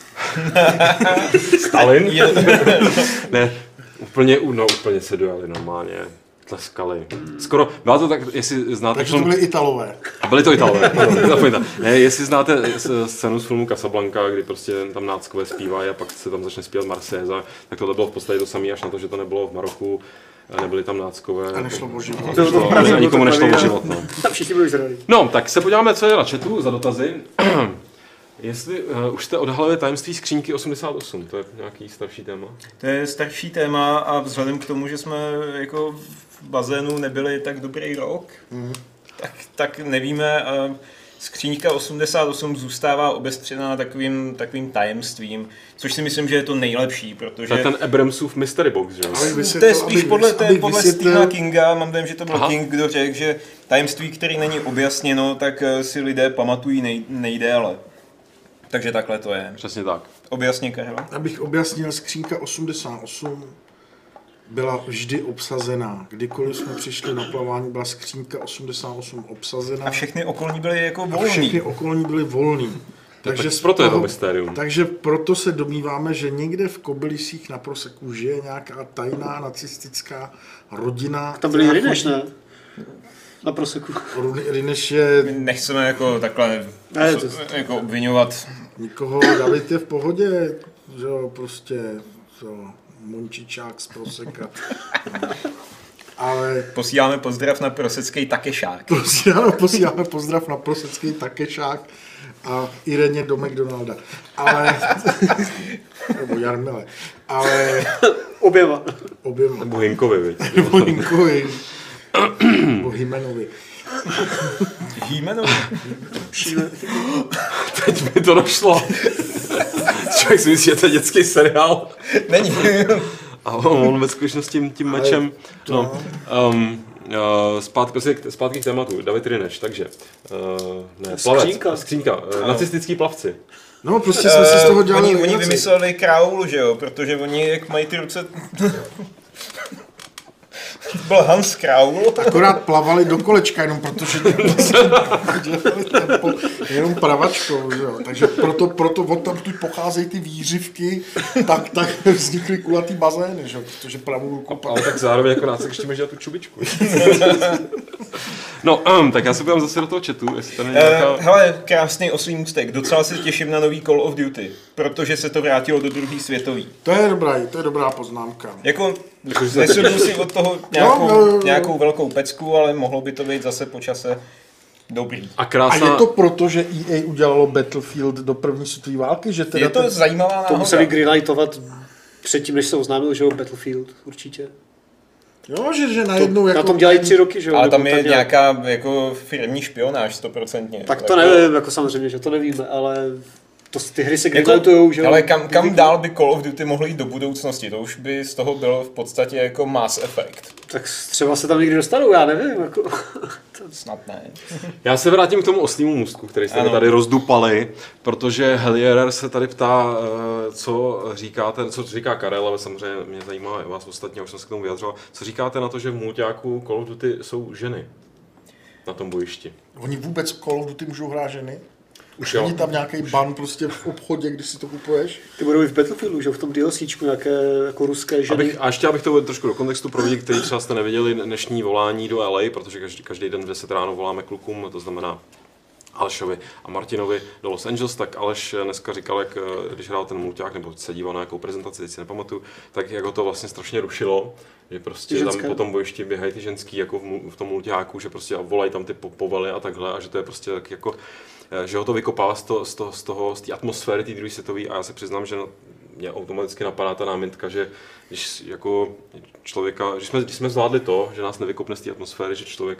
[SPEAKER 1] Stalin? Ne, úplně se dojali normálně. Tleskali. Skoro, byla to tak, jestli znáte...
[SPEAKER 2] Takže to byli Italové.
[SPEAKER 1] A byli to Italové, ne, jestli znáte scénu z filmu Casablanca, kdy prostě tam náckové zpívají a pak se tam začne zpívat Marseillaise, tak tohle bylo v podstatě to samé, až na to, že to nebylo v Maroku, nebyli tam náckové.
[SPEAKER 2] A nešlo o život.
[SPEAKER 1] A nikomu nešlo o život, no.
[SPEAKER 4] Tam všichni byli zrali.
[SPEAKER 1] No, tak se podíváme, co je na chatu za dotazy. Jestli už jste odhalili tajemství skřínky 88, to je nějaký starší téma?
[SPEAKER 3] To je starší téma a vzhledem k tomu, že jsme jako v bazénu nebyli tak dobrý rok, tak nevíme. Skříňka 88 zůstává obestřená takovým tajemstvím, což si myslím, že je to nejlepší, protože...
[SPEAKER 1] To je ten Abramsův Mystery Box, že jo?
[SPEAKER 3] To je spíš podle Stephena Kinga, mám dojem, že to byl King, kdo řekl, že tajemství, které není objasněno, tak si lidé pamatují nejdéle. Takže takhle to je.
[SPEAKER 1] Přesně tak.
[SPEAKER 3] Objasně, Karel.
[SPEAKER 2] Abych objasnil, skřínka 88 byla vždy obsazená. Kdykoliv jsme přišli na plavání, byla skřínka 88 obsazená.
[SPEAKER 3] A všechny okolní byly jako
[SPEAKER 2] A
[SPEAKER 3] volný.
[SPEAKER 2] všechny okolní byly volný. Takže
[SPEAKER 1] proto je to mystérium.
[SPEAKER 2] Takže proto se domníváme, že někde v Kobylisích na Proseku žije nějaká tajná nacistická rodina.
[SPEAKER 4] Tam byli Rineš, ne? Na Proseku.
[SPEAKER 2] Rineš je...
[SPEAKER 3] My nechceme jako takhle jako obvinovat.
[SPEAKER 2] Nikoho, David je v pohodě, že jo, prostě to, Mončičák z Proseka. Ale
[SPEAKER 3] Posíláme pozdrav na prosecký Takešák.
[SPEAKER 2] posíláme pozdrav na prosecký Takešák a Ireně do McDonalda. Ale... nebo Jarmile. Ale...
[SPEAKER 4] Oběma.
[SPEAKER 1] Nebo Hinkovi, viď?
[SPEAKER 2] Nebo Hinkovi. Nebo Hymenovi.
[SPEAKER 3] Hýmenovi?
[SPEAKER 1] Teď mi to došlo. Člověk si myslí, že to je dětský seriál.
[SPEAKER 3] Není.
[SPEAKER 1] A on ve skutečnosti tím mečem... No, zpátky k tématu. David Rineš, takže... Ne, plavec. Skřínka. Nacistický plavci.
[SPEAKER 2] No, prostě jsme si z toho dělali...
[SPEAKER 3] Oni vymysleli kraul, že jo? Protože oni, jak mají ty ruce... Byl Hans Kraul.
[SPEAKER 2] Akorát plavali do kolečka, jenom protože dělali tempo jenom pravačkou, že jo. Takže proto od tam tu pocházejí ty výřivky, tak vznikly kulatý bazény, že jo, protože pravou ruku...
[SPEAKER 1] Ale tak zároveň jako nás ještě může dělat tu čubičku. No, tak já se podívám zase do toho chatu, jestli tady nějaká...
[SPEAKER 3] Hele, krásný oslý můstek, docela se těším na nový Call of Duty, protože se to vrátilo do druhé světové.
[SPEAKER 2] To je dobrá poznámka.
[SPEAKER 3] Jako, nesleduju si od toho nějakou velkou pecku, ale mohlo by to být zase po čase dobrý.
[SPEAKER 1] A
[SPEAKER 2] je to proto, že EA udělalo Battlefield do první světové války? Že teda
[SPEAKER 3] je to zajímavá náhoda.
[SPEAKER 4] To museli greenlightovat předtím, než se oznámil, že jo, Battlefield, určitě.
[SPEAKER 2] Jo, že najednou jako...
[SPEAKER 4] Na tom dělají 3 roky, že jo?
[SPEAKER 3] Ale tam je nějaká jako firmní špionáž 100%.
[SPEAKER 4] Tak to nevím, jako samozřejmě, že to nevíme, ale ty hry se greenlightujou, že jo?
[SPEAKER 3] Ale kam dál by Call of Duty mohlo jít do budoucnosti? To už by z toho byl v podstatě jako Mass Effect.
[SPEAKER 4] Tak třeba se tam někdy dostanou, já nevím, jako...
[SPEAKER 3] Snad ne.
[SPEAKER 1] Já se vrátím k tomu oslímu můstku, který jste tady rozdupali, protože Helierer se tady ptá, co říká Karel, ale samozřejmě mě zajímá i vás ostatně, už jsem se k tomu vyjadřoval. Co říkáte na to, že v multiáku Call of Duty jsou ženy na tom bojišti?
[SPEAKER 2] Oni vůbec Call of Duty můžou hrát ženy?
[SPEAKER 1] Už
[SPEAKER 2] není tam nějaký ban prostě v obchodě, když si to kupuješ?
[SPEAKER 4] Ty budou i v Battlefieldu, že v tom DLCčku nějaké jako ruské ženy.
[SPEAKER 1] A ještě abych to uvedl trošku do kontextu pro lidi, kteří třeba jste neviděli dnešní volání do LA, protože každý den v 10 ráno voláme klukům, to znamená Alešovi a Martinovi do Los Angeles, tak Aleš dneska říkal, jak když hrál ten mulťák, nebo se díval na nějakou prezentaci, teď si nepamatuju, tak jak ho to vlastně strašně rušilo, že prostě tam po tom bojišti běhají ty ženský jako v tom mulťáku, že prostě volají tam ty povely a takhle a že to je prostě tak jako, že ho to vykopává z té atmosféry té druhé světové a já se přiznám, že mě automaticky napadá ta námitka, že když jako člověka, když jsme zvládli to, že nás nevykopne z té atmosféry, že člověk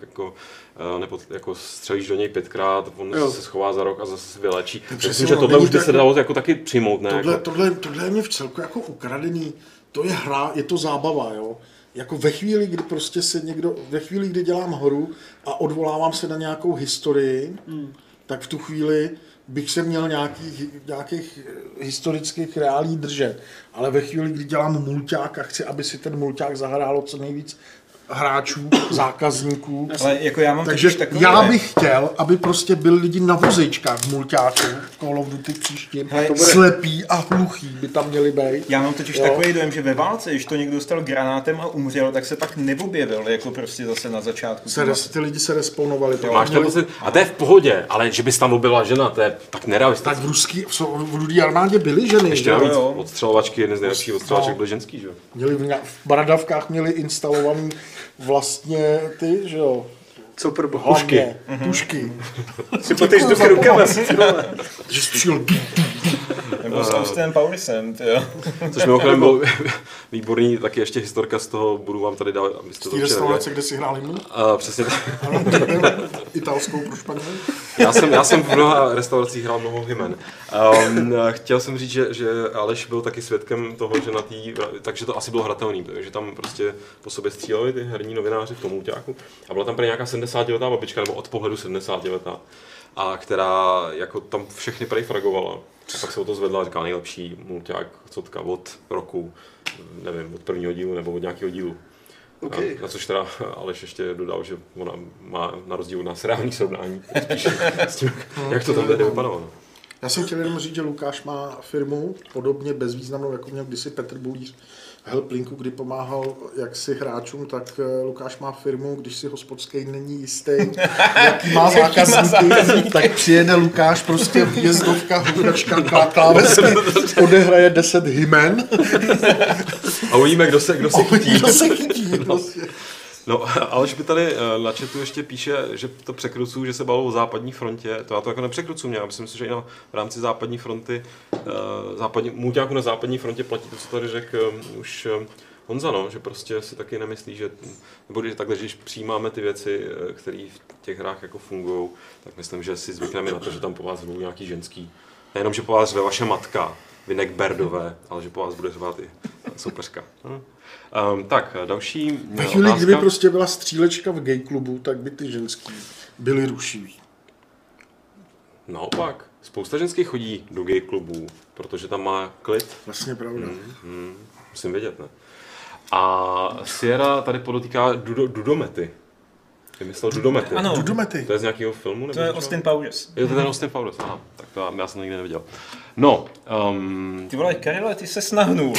[SPEAKER 1] jako střelíš do něj 5krát, on se schová za rok a zase se vylečí. Myslím, že tohle už by se dalo jako taky přijmout, ne?
[SPEAKER 2] Tohle je mě v celku jako ukradený, to je hra, je to zábava, jo. Jako ve chvíli, kdy prostě kdy dělám hru a odvolávám se na nějakou historii, tak v tu chvíli bych se měl nějakých historických reálí držet. Ale ve chvíli, kdy dělám mulťák a chci, aby si ten mulťák zahrálo co nejvíc hráčů, zákazníků.
[SPEAKER 3] Ale jako já mám
[SPEAKER 2] Takže já bych chtěl, aby prostě byli lidi na vozejčkách v mulťáku, Call of Duty příštím, slepí a hluchý by tam měli být.
[SPEAKER 3] Já mám totiž takový dojem, že ve válce, když to někdo dostal granátem a umřel, tak se pak neobjevil, jako prostě zase na začátku.
[SPEAKER 2] Ty lidi se respawnovali.
[SPEAKER 1] A to je v pohodě, ale že bys tam byla žena, to je tak nerealistické.
[SPEAKER 2] Tak v rudé armádě byly ženy.
[SPEAKER 1] Ještě navíc odstřelovačky, jeden z nejlepších odstřelovaček byly ženský, že jo?
[SPEAKER 2] V bradavkách měli instalovaný vlastně ty, že jo.
[SPEAKER 4] Co pro
[SPEAKER 2] Pušky.
[SPEAKER 4] Si poteš do rukama.
[SPEAKER 2] Že stříl.
[SPEAKER 3] Nebo s Austin Powersem, jo.
[SPEAKER 1] Což mimochodem byl výborný, taky ještě historka z toho, budu vám tady dát, abyste to určitě
[SPEAKER 2] restaurace, kde si hrál hymnu?
[SPEAKER 1] Přesně tak.
[SPEAKER 2] Italskou pro Španěl.
[SPEAKER 1] Já jsem v mnoha restauracích hrál mnoho hymen. Chtěl jsem říct, že Aleš byl taky svědkem toho, že takže to asi bylo hratelný, takže tam prostě po sobě stříleli ty herní novináři v tom mulťáku a byla tam prý nějaká 70letá babička, nebo od pohledu 70letá, a která jako tam všechny prej fragovala. A pak se o to zvedla a říkala nejlepší mulťák cotka od roku, nevím, od prvního dílu nebo od nějakého dílu.
[SPEAKER 4] Okay.
[SPEAKER 1] Na což teda Aleš ještě dodal, že ona má na rozdíl od nás reální srovnání s tím, jak to tam tady vypadalo.
[SPEAKER 2] Já jsem chtěl jenom říct, že Lukáš má firmu podobně bezvýznamnou, jako měl kdysi Petr Bulíř Helplinku, kdy pomáhal jak si hráčům, tak Lukáš má firmu, když si hospodský není jistý, jaký má zákazníky, tak přijede Lukáš, prostě vjezdovka, hlukačka, klávesky, odehraje 10 hymen.
[SPEAKER 1] A uvidíme, kdo se
[SPEAKER 2] chytí.
[SPEAKER 1] No, Aleš by tady na chatu ještě píše, že to překrucuju, že se bavilo o západní frontě. To já to jako nepřekrucuju, já myslím si, že i v rámci západní fronty, mulťáku na západní frontě platí to, co tady řekl už Honza, no, že prostě si taky nemyslí, že, nebo že takhle, že když přijímáme ty věci, které v těch hrách jako fungují, tak myslím, že si zvykneme na to, že tam po vás řvou nějaký ženský. Nejenom, že po vás řve vaše matka, vy neckbeardové, ale že po vás bude řvát i soupeřka. Tak, další
[SPEAKER 2] ve chvíli, kdyby prostě byla střílečka v gay klubu, tak by ty ženský byly rušivý.
[SPEAKER 1] Naopak, spousta ženských chodí do gay klubů, protože tam má klid.
[SPEAKER 2] Vlastně pravda.
[SPEAKER 1] Musím vědět, ne? A Sierra tady podotýká Dudomety. Vymyslel Dudomety.
[SPEAKER 3] Ano.
[SPEAKER 2] Dudomety.
[SPEAKER 1] To je z nějakého filmu?
[SPEAKER 3] To je Austin Powers.
[SPEAKER 1] Je to ten Austin Powers, aha. Tak to já jsem to nikdy neviděl. No.
[SPEAKER 3] Ty vole, Karele, ty se snahnul.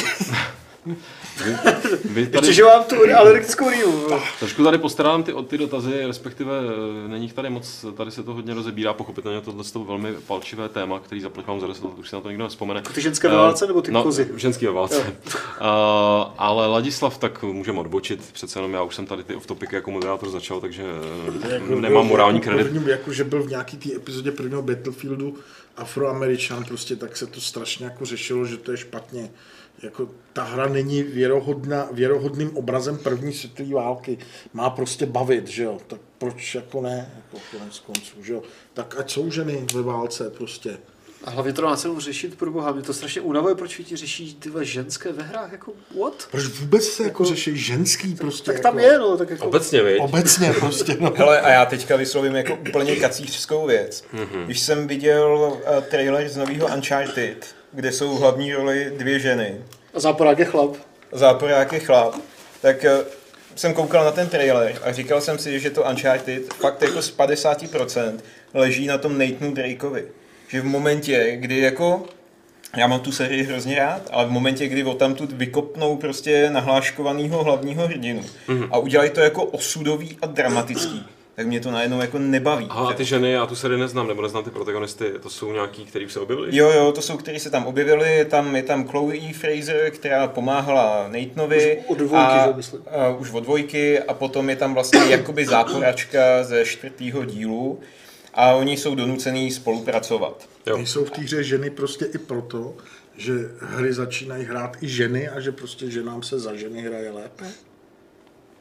[SPEAKER 1] Vy tady...
[SPEAKER 4] Ještě, že mám tu alergickou rýmu.
[SPEAKER 1] Trošku tady postarám ty dotazy, respektive není jich tady moc, tady se to hodně rozebírá, pochopitelně tohle je velmi palčivé téma, který zaplechám zaraz, už se na to nikdo nevzpomene.
[SPEAKER 4] Ty ženské ve válce nebo ty kozy?
[SPEAKER 1] Ženský ve válce. Ale Ladislav, tak můžeme odbočit, přece jenom já už jsem tady ty off-topiky jako moderátor začal, takže nemám morální kredit.
[SPEAKER 2] Jako, že byl v nějaký té epizodě prvního Battlefieldu Afroameričan, prostě tak se to strašně jako řešilo, že to je špatně. Jako ta hra není věrohodným obrazem první světové války. Má prostě bavit, že jo? Tak proč jako ne? Jako konec konců, že jo? Tak ať jsou ženy ve válce prostě.
[SPEAKER 4] A hlavně to na cenu řešit, pro boha, mě to strašně unavuje, proč ti řeší tyhle ženské ve hrách, jako what?
[SPEAKER 2] Proč vůbec se jako řeší ženský prostě?
[SPEAKER 4] Tak
[SPEAKER 2] jako,
[SPEAKER 4] tam je, no, tak jako...
[SPEAKER 1] Obecně, viď?
[SPEAKER 2] Obecně prostě, no.
[SPEAKER 3] Hele, a já teďka vyslovím jako úplně kacířskou věc. Když jsem viděl trailer z nového Uncharted, kde jsou v hlavní roli 2 ženy.
[SPEAKER 4] A záporák je chlap.
[SPEAKER 3] Záporák je chlap. Tak jsem koukal na ten trailer a říkal jsem si, že to Uncharted fakt jako z 50% leží na tom Nathanu Drakeovi. Že v momentě, kdy jako, já mám tu sérii hrozně rád, ale v momentě, kdy odtamtud vykopnou prostě nahláškovanýho hlavního hrdinu a udělají to jako osudový a dramatický, tak mě to najednou jako nebaví.
[SPEAKER 1] A ty ženy, já tu sérii neznám, nebo neznám ty protagonisty, to jsou nějaký, který už se objevili?
[SPEAKER 3] Jo, to jsou, kteří se tam objevili, je tam Chloe Fraser, která pomáhala Nathanovi.
[SPEAKER 4] Už od 2, že myslím.
[SPEAKER 3] Už od 2 a potom je tam vlastně jakoby záporačka ze 4. dílu a oni jsou donucený spolupracovat.
[SPEAKER 2] Nejsou v té hře ženy prostě i proto, že hry začínají hrát i ženy a že prostě ženám se za ženy hraje lépe?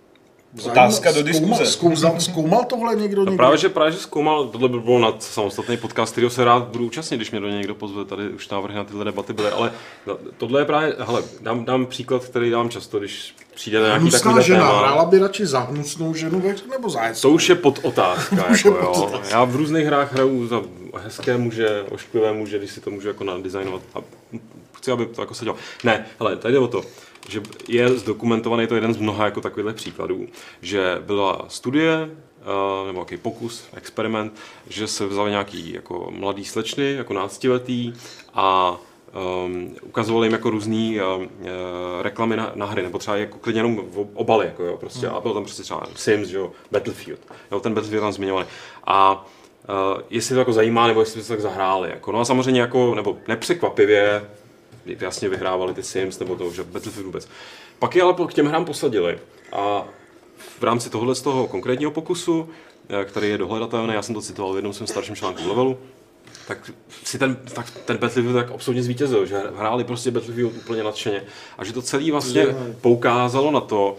[SPEAKER 3] Otázka do diskuze.
[SPEAKER 2] Zkoumal tohle někdo?
[SPEAKER 1] No právě, že zkoumal, tohle by bylo na samostatný podcast, kterýho se rád budu účastnit, když mě do něj někdo pozve, tady už návrhy na tyhle debaty byly, ale tohle je právě, hele, dám příklad, který dám často, když přijde na nějaký takový
[SPEAKER 2] žena,
[SPEAKER 1] téma.
[SPEAKER 2] hrála by radši za hnusnou ženu nebo za hezkou?
[SPEAKER 1] To už je pod otázka, jako jo. Já v různých hrách hraju za hezké muže, ošklivé muže, když si to můžu jako nadizajnovat a chci, aby to jako se dělalo. Ne, hele, tady jde o to, že je zdokumentovaný, to jeden z mnoha jako takovýchhle příkladů, že byla studie, nebo nějaký pokus, experiment, že se vzali nějaký jako mladý slečny, jako 12letý a ukazovali jim jako různý reklamy na hry, nebo třeba jako klidně jenom obaly, jako jo, prostě, a byl tam prostě třeba Sims, jo, Battlefield, jo, ten Battlefield tam zmiňovaný. A jestli to jako zajímá, nebo jestli se tak zahráli, jako, no a samozřejmě jako, nebo nepřekvapivě, jasně vyhrávali ty Sims, nebo to, že Battlefield vůbec. Pak je ale k těm hrám posadili a v rámci tohohle z toho konkrétního pokusu, který je dohledatelný, já jsem to citoval v jednom svém starším článku v Levelu, tak si ten Battlefield tak absolutně zvítězil, že hráli prostě Battlefield úplně nadšeně a že to celý vlastně poukázalo na to,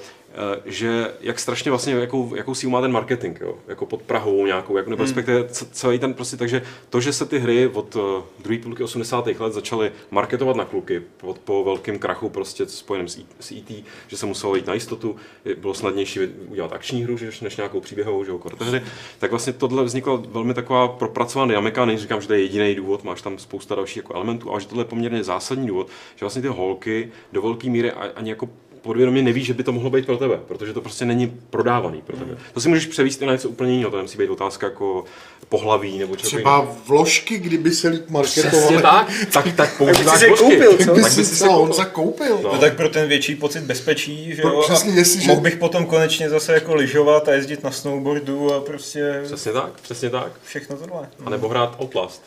[SPEAKER 1] že jak strašně vlastně, jakou sílu má ten marketing, jo? Jako pod Prahou nějakou, jako, nebo respektive celý ten prostě, takže to, že se ty hry od druhé půlky 80. let začaly marketovat na kluky po velkém krachu prostě spojeném s E.T., že se muselo jít na jistotu, bylo snadnější udělat akční hru, než nějakou příběhovou, že jo, hry, tak vlastně tohle vznikla velmi taková propracovaná dynamika, neříkám, že to je jediný důvod, máš tam spousta dalších jako elementů, ale že tohle je poměrně zásadní důvod, že vlastně ty holky do velké míry ani jako podvědomě neví, že by to mohlo být pro tebe, protože to prostě není prodávaný pro tebe. To si můžeš převíst i na něco úplně jiného, to nemusí být otázka jako pohlaví nebo čeho.
[SPEAKER 2] Třeba vložky, kdyby se líp marketovali.
[SPEAKER 1] tak používáš vložky.
[SPEAKER 4] Koupil, co?
[SPEAKER 2] Tak by si se Honza koupil.
[SPEAKER 3] No tak pro ten větší pocit bezpečí, že jo,
[SPEAKER 2] Přesně,
[SPEAKER 3] mohl bych potom konečně zase jako lyžovat a jezdit na snowboardu a prostě...
[SPEAKER 1] Přesně tak.
[SPEAKER 3] Všechno tohle.
[SPEAKER 1] A nebo hrát Outlast.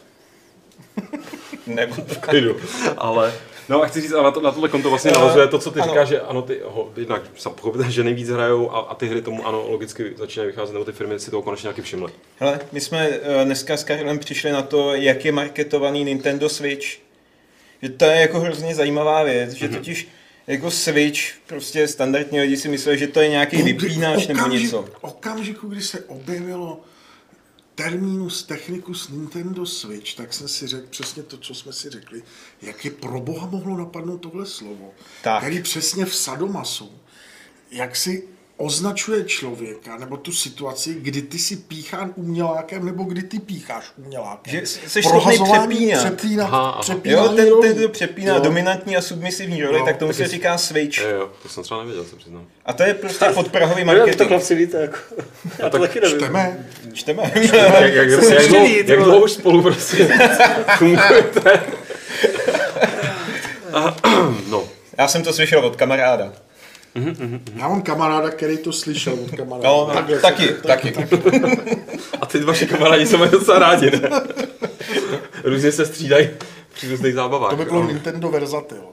[SPEAKER 3] Nebo
[SPEAKER 1] klidu. Ale no a chci říct, a na tohle konto vlastně navazuje to, co ty říkáš, že ano, ty jednak pochopitelně, že nejvíc hrajou a ty hry tomu ano, logicky začínají vycházet, nebo ty firmy si toho konečně nějaký všimly.
[SPEAKER 3] Hele, my jsme dneska s Karlem přišli na to, jak je marketovaný Nintendo Switch. Že to je jako hrozně zajímavá věc, že totiž jako Switch, prostě standardní lidi si mysleli, že to je nějaký vypínač nebo něco.
[SPEAKER 2] Okamžiku, kdy se objevilo terminus technicus Nintendo Switch, tak jsem si řekl přesně to, co jsme si řekli, jak je pro boha mohlo napadnout tohle slovo, který přesně v sadomasu, jak si označuje člověka, nebo tu situaci, kdy ty si píchán umělákem, nebo kdy ty pícháš umělákem.
[SPEAKER 3] Že jsi schopný přepínat. Jo, ten kdo přepíná dominantní a submisivní roli, tak tomu se říká Switch.
[SPEAKER 1] Jo, to jsem třeba nevěděl, se přiznám.
[SPEAKER 3] A to je prostě podprahový marketing.
[SPEAKER 4] To chlapci víte, jako. Já to taky nevím.
[SPEAKER 2] Čteme.
[SPEAKER 1] Jak dlouho už spolu prostě fungujete? No.
[SPEAKER 3] Já jsem to slyšel od kamaráda.
[SPEAKER 2] Já mám kamaráda, který to slyšel od kamaráda.
[SPEAKER 3] No, taky.
[SPEAKER 1] A ty vaši kamarádi se mají docela rádi, ne? Různě se střídají při různých zábavách.
[SPEAKER 2] To by bylo Nintendo Versatil.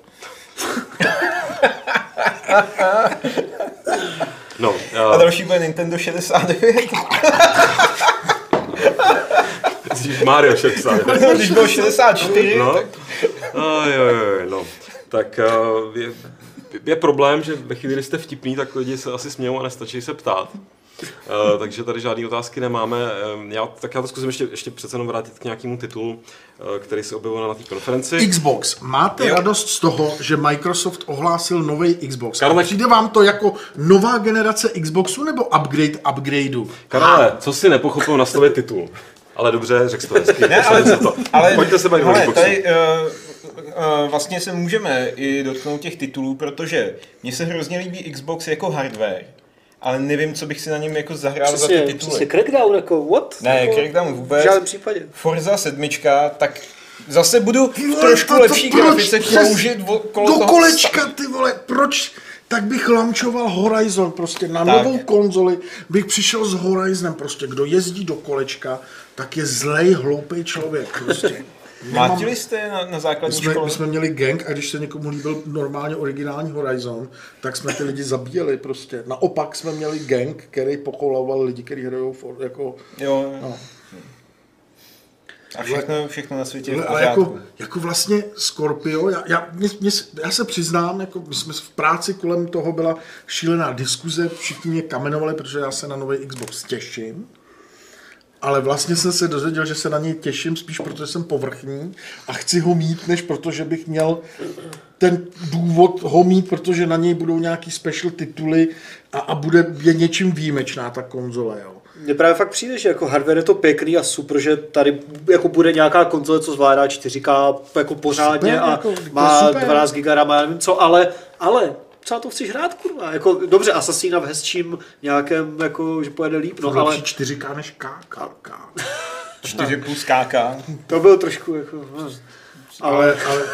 [SPEAKER 1] No,
[SPEAKER 3] a další bude Nintendo 69.
[SPEAKER 1] Mario 69.
[SPEAKER 3] Když bylo 64,
[SPEAKER 1] no.
[SPEAKER 3] tak...
[SPEAKER 1] No. Tak je problém, že ve chvíli, kdy jste vtipný, tak lidi se asi smějou a nestačí se ptát. Takže tady žádné otázky nemáme. Já to zkusím ještě přece jenom vrátit k nějakému titulu, který se objevil na té konferenci.
[SPEAKER 2] Xbox. Máte radost z toho, že Microsoft ohlásil nový Xbox? Karle, přijde vám to jako nová generace Xboxu nebo upgradeu?
[SPEAKER 1] Karle, co si nepochopil na slově titul? Ale dobře, řekl jsi to hezky. Ale pojďte se bavit o Xboxu.
[SPEAKER 3] Vlastně se můžeme i dotknout těch titulů, protože mně se hrozně líbí Xbox jako hardware, ale nevím, co bych si na něm jako zahrál za ty tituly.
[SPEAKER 4] Přesně Crackdown, jako what?
[SPEAKER 3] Ne,
[SPEAKER 4] jako,
[SPEAKER 3] Crackdown vůbec.
[SPEAKER 4] V žádném případě.
[SPEAKER 3] Forza 7, tak zase budu v trošku lepší grafice kloužit
[SPEAKER 2] do kolečka, ty vole, proč? Tak bych launchoval Horizon, prostě na novou konzoli bych přišel s Horizonem, prostě kdo jezdí do kolečka, tak je zlej, hloupý člověk, prostě.
[SPEAKER 3] Mátili jste na základní škole?
[SPEAKER 2] My jsme měli gang a když se někomu líbil normálně originální Horizon, tak jsme ty lidi zabíjeli prostě. Naopak jsme měli gang, který pocholoval lidi, kteří hrajou jako...
[SPEAKER 3] Jo.
[SPEAKER 2] No.
[SPEAKER 3] A všechno na světě je v
[SPEAKER 2] ale
[SPEAKER 3] pořádku.
[SPEAKER 2] jako vlastně Scorpio, já se přiznám, jako my jsme v práci kolem toho byla šílená diskuze, všichni mě kamenovali, protože já se na nový Xbox těším. Ale vlastně jsem se dozvěděl, že se na něj těším spíš protože jsem povrchní a chci ho mít, než protože bych měl ten důvod ho mít, protože na něj budou nějaký special tituly a je něčím výjimečná ta konzole. Jo.
[SPEAKER 4] Mně právě fakt přijde, že jako hardware je to pěkný a super, že tady jako bude nějaká konzole, co zvládá 4K jako pořádně
[SPEAKER 2] super,
[SPEAKER 4] a
[SPEAKER 2] jako,
[SPEAKER 4] má
[SPEAKER 2] super.
[SPEAKER 4] 12 GB RAM, já nevím co, ale co to chceš hrát, kurva? Jako, dobře, Assassina v hezčím nějakém, jako, že pojede líp, no, ale
[SPEAKER 2] 4K než KK.
[SPEAKER 3] 4 plus KK.
[SPEAKER 4] to bylo trošku jako...
[SPEAKER 2] Ale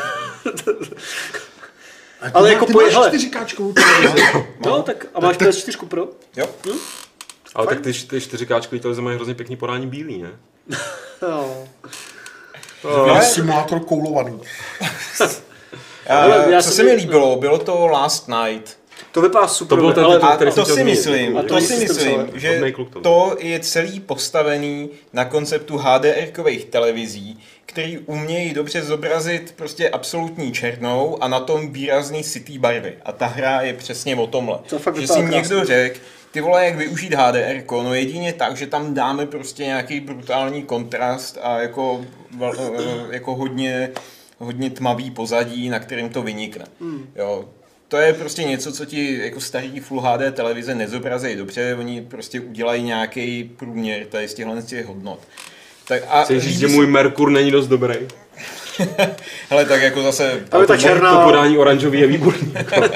[SPEAKER 4] Ale jako
[SPEAKER 2] ty
[SPEAKER 4] hele.
[SPEAKER 2] máš 4K televizi.
[SPEAKER 4] No, tak a máš PS4 Pro?
[SPEAKER 3] Jo.
[SPEAKER 1] Ale tak ty 4K televize mají hrozně pěkný podání bílý, ne?
[SPEAKER 4] No.
[SPEAKER 2] Je simulátor koulovaný.
[SPEAKER 4] Ale já
[SPEAKER 3] Co
[SPEAKER 4] jsem-
[SPEAKER 3] se mi líbilo, bylo to Last Night.
[SPEAKER 4] To vypadá super,
[SPEAKER 1] To byl ten
[SPEAKER 4] ale
[SPEAKER 1] titul,
[SPEAKER 3] A
[SPEAKER 1] který jsem
[SPEAKER 3] to
[SPEAKER 1] chtěl
[SPEAKER 3] si
[SPEAKER 1] zmínit.
[SPEAKER 3] myslím,
[SPEAKER 4] A to
[SPEAKER 3] to
[SPEAKER 4] není
[SPEAKER 3] si
[SPEAKER 4] systém
[SPEAKER 3] myslím,
[SPEAKER 4] seller.
[SPEAKER 3] že
[SPEAKER 1] Hodnej kluk to byl.
[SPEAKER 3] to je celý postavený na konceptu HDR-kových televizí, který umějí dobře zobrazit prostě absolutní černou a na tom výrazný sytý barvy. A ta hra je přesně o tomhle.
[SPEAKER 4] To fakt
[SPEAKER 3] Že
[SPEAKER 4] vypadá
[SPEAKER 3] si někdo
[SPEAKER 4] krásně.
[SPEAKER 3] řekl, ty vole, jak využít HDR, no jedině tak, že tam dáme prostě nějaký brutální kontrast a jako hodně tmavý pozadí, na kterým to vynikne. Jo. To je prostě něco, co ti jako starý Full HD televize nezobrazí dobře, oni prostě udělají nějaký průměr tady z těch hodnot. Tak a
[SPEAKER 1] Chceš říct,
[SPEAKER 3] líbí
[SPEAKER 1] že
[SPEAKER 3] se-
[SPEAKER 1] můj Merkur není dost dobrý?
[SPEAKER 3] Hele, tak jako zase...
[SPEAKER 4] Tam je ta černá...
[SPEAKER 1] To podání oranžový je výborný.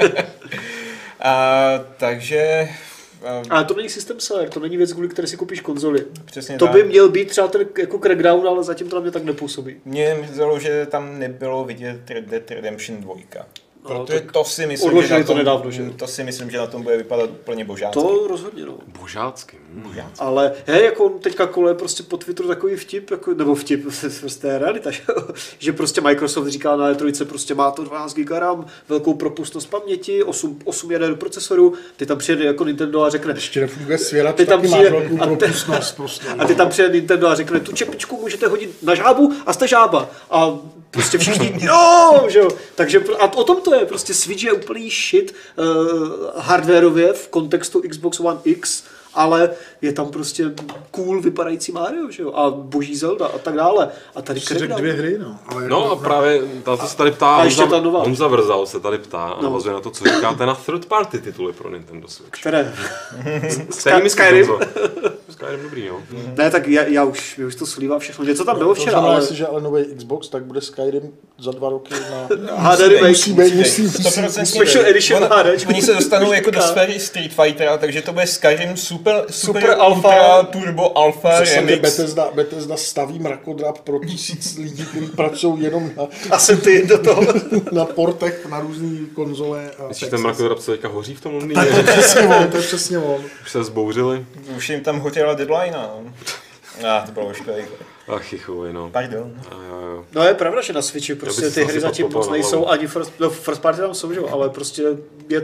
[SPEAKER 3] Takže...
[SPEAKER 4] Ale to není systém seller, to není věc, kvůli které si koupíš konzoli.
[SPEAKER 3] Přesně
[SPEAKER 4] To
[SPEAKER 3] tak.
[SPEAKER 4] by měl být třeba ten jako crackdown, ale zatím to na mě tak nepůsobí.
[SPEAKER 3] Mně mrzelo, že tam nebylo vidět Red Dead Redemption 2. Protože
[SPEAKER 4] tak
[SPEAKER 3] to si myslím,
[SPEAKER 4] odložili
[SPEAKER 3] že na
[SPEAKER 4] to
[SPEAKER 3] tom,
[SPEAKER 4] nedávno, že?
[SPEAKER 3] to si myslím, že na tom bude vypadat úplně božácky.
[SPEAKER 4] To rozhodně, no.
[SPEAKER 1] Božácky.
[SPEAKER 4] Ale hej, jako teďka kole prostě po Twitteru takový vtip, jako, nebo vtip, prostě je realita, že prostě Microsoft říká na E3 prostě má to 12 GB RAM, velkou propustnost paměti, 8 jader procesoru, ty tam přijede jako Nintendo a řekne,
[SPEAKER 2] Ještě nefunguje svěrač,
[SPEAKER 4] Ty tam
[SPEAKER 2] taky má
[SPEAKER 4] přijde-
[SPEAKER 2] velkou
[SPEAKER 4] a ty-
[SPEAKER 2] propustnost prostě.
[SPEAKER 4] a ty tam přijede Nintendo a řekne, tu čepičku můžete hodit na žábu a jste žába. A prostě všichni, jo, že jo. Takže a o tom to je, prostě Switch je úplný shit hardwareově v kontextu Xbox One X, ale je tam prostě cool vypadající Mario, že jo, a boží Zelda a tak dále. A tady
[SPEAKER 2] Si řekl
[SPEAKER 4] Crackdown.
[SPEAKER 2] 2 hry, no. Ale
[SPEAKER 1] No
[SPEAKER 2] jako,
[SPEAKER 1] a právě tato se tady ptá,
[SPEAKER 4] A ještě ta nová.
[SPEAKER 1] Honza Vrzal se tady ptá a
[SPEAKER 4] No.
[SPEAKER 1] navazuje na to, co říkáte na third party tituly pro Nintendo Switch.
[SPEAKER 4] Které?
[SPEAKER 1] Který myslíš,
[SPEAKER 4] Skyrim?
[SPEAKER 1] Honzo? Skyrim dobrý, jo.
[SPEAKER 4] Ne, tak já už to slívá všechno. Něco tam bylo
[SPEAKER 2] to
[SPEAKER 4] včera,
[SPEAKER 2] znamená,
[SPEAKER 4] ale
[SPEAKER 2] jestliže ale nový Xbox, tak bude Skyrim za 2 roky na...
[SPEAKER 4] HD remake.
[SPEAKER 2] Musí být.
[SPEAKER 3] 100%
[SPEAKER 4] Special edition HD.
[SPEAKER 3] Oni se dostanou jako do sféry Street Fightera, takže to bude Skyrim super
[SPEAKER 4] Alpha.
[SPEAKER 3] ultra turbo alpha
[SPEAKER 2] Zase
[SPEAKER 3] remix.
[SPEAKER 2] Bethesda staví mrakodrap pro 1000 lidí, kteří pracují jenom
[SPEAKER 4] a jsem ty do toho.
[SPEAKER 2] na portech, na různé konzole. A
[SPEAKER 1] Myslíš, ten mrakodrap co teďka hoří v tom Londýně?
[SPEAKER 2] to je přesně on, to je přesně on.
[SPEAKER 1] Už se zbouřili?
[SPEAKER 3] Už jim tam hotěla deadline. To bylo ošklivý.
[SPEAKER 1] Ach, chichovej, no.
[SPEAKER 3] Pardon.
[SPEAKER 1] Jo.
[SPEAKER 4] No je pravda, že na Switchi
[SPEAKER 1] Já
[SPEAKER 4] prostě
[SPEAKER 1] bych
[SPEAKER 4] ty
[SPEAKER 1] si
[SPEAKER 4] hry
[SPEAKER 1] asi
[SPEAKER 4] zatím
[SPEAKER 1] popal
[SPEAKER 4] moc
[SPEAKER 1] na
[SPEAKER 4] nejsou,
[SPEAKER 1] hlavu.
[SPEAKER 4] ani first party tam jsou, že jo, ale prostě je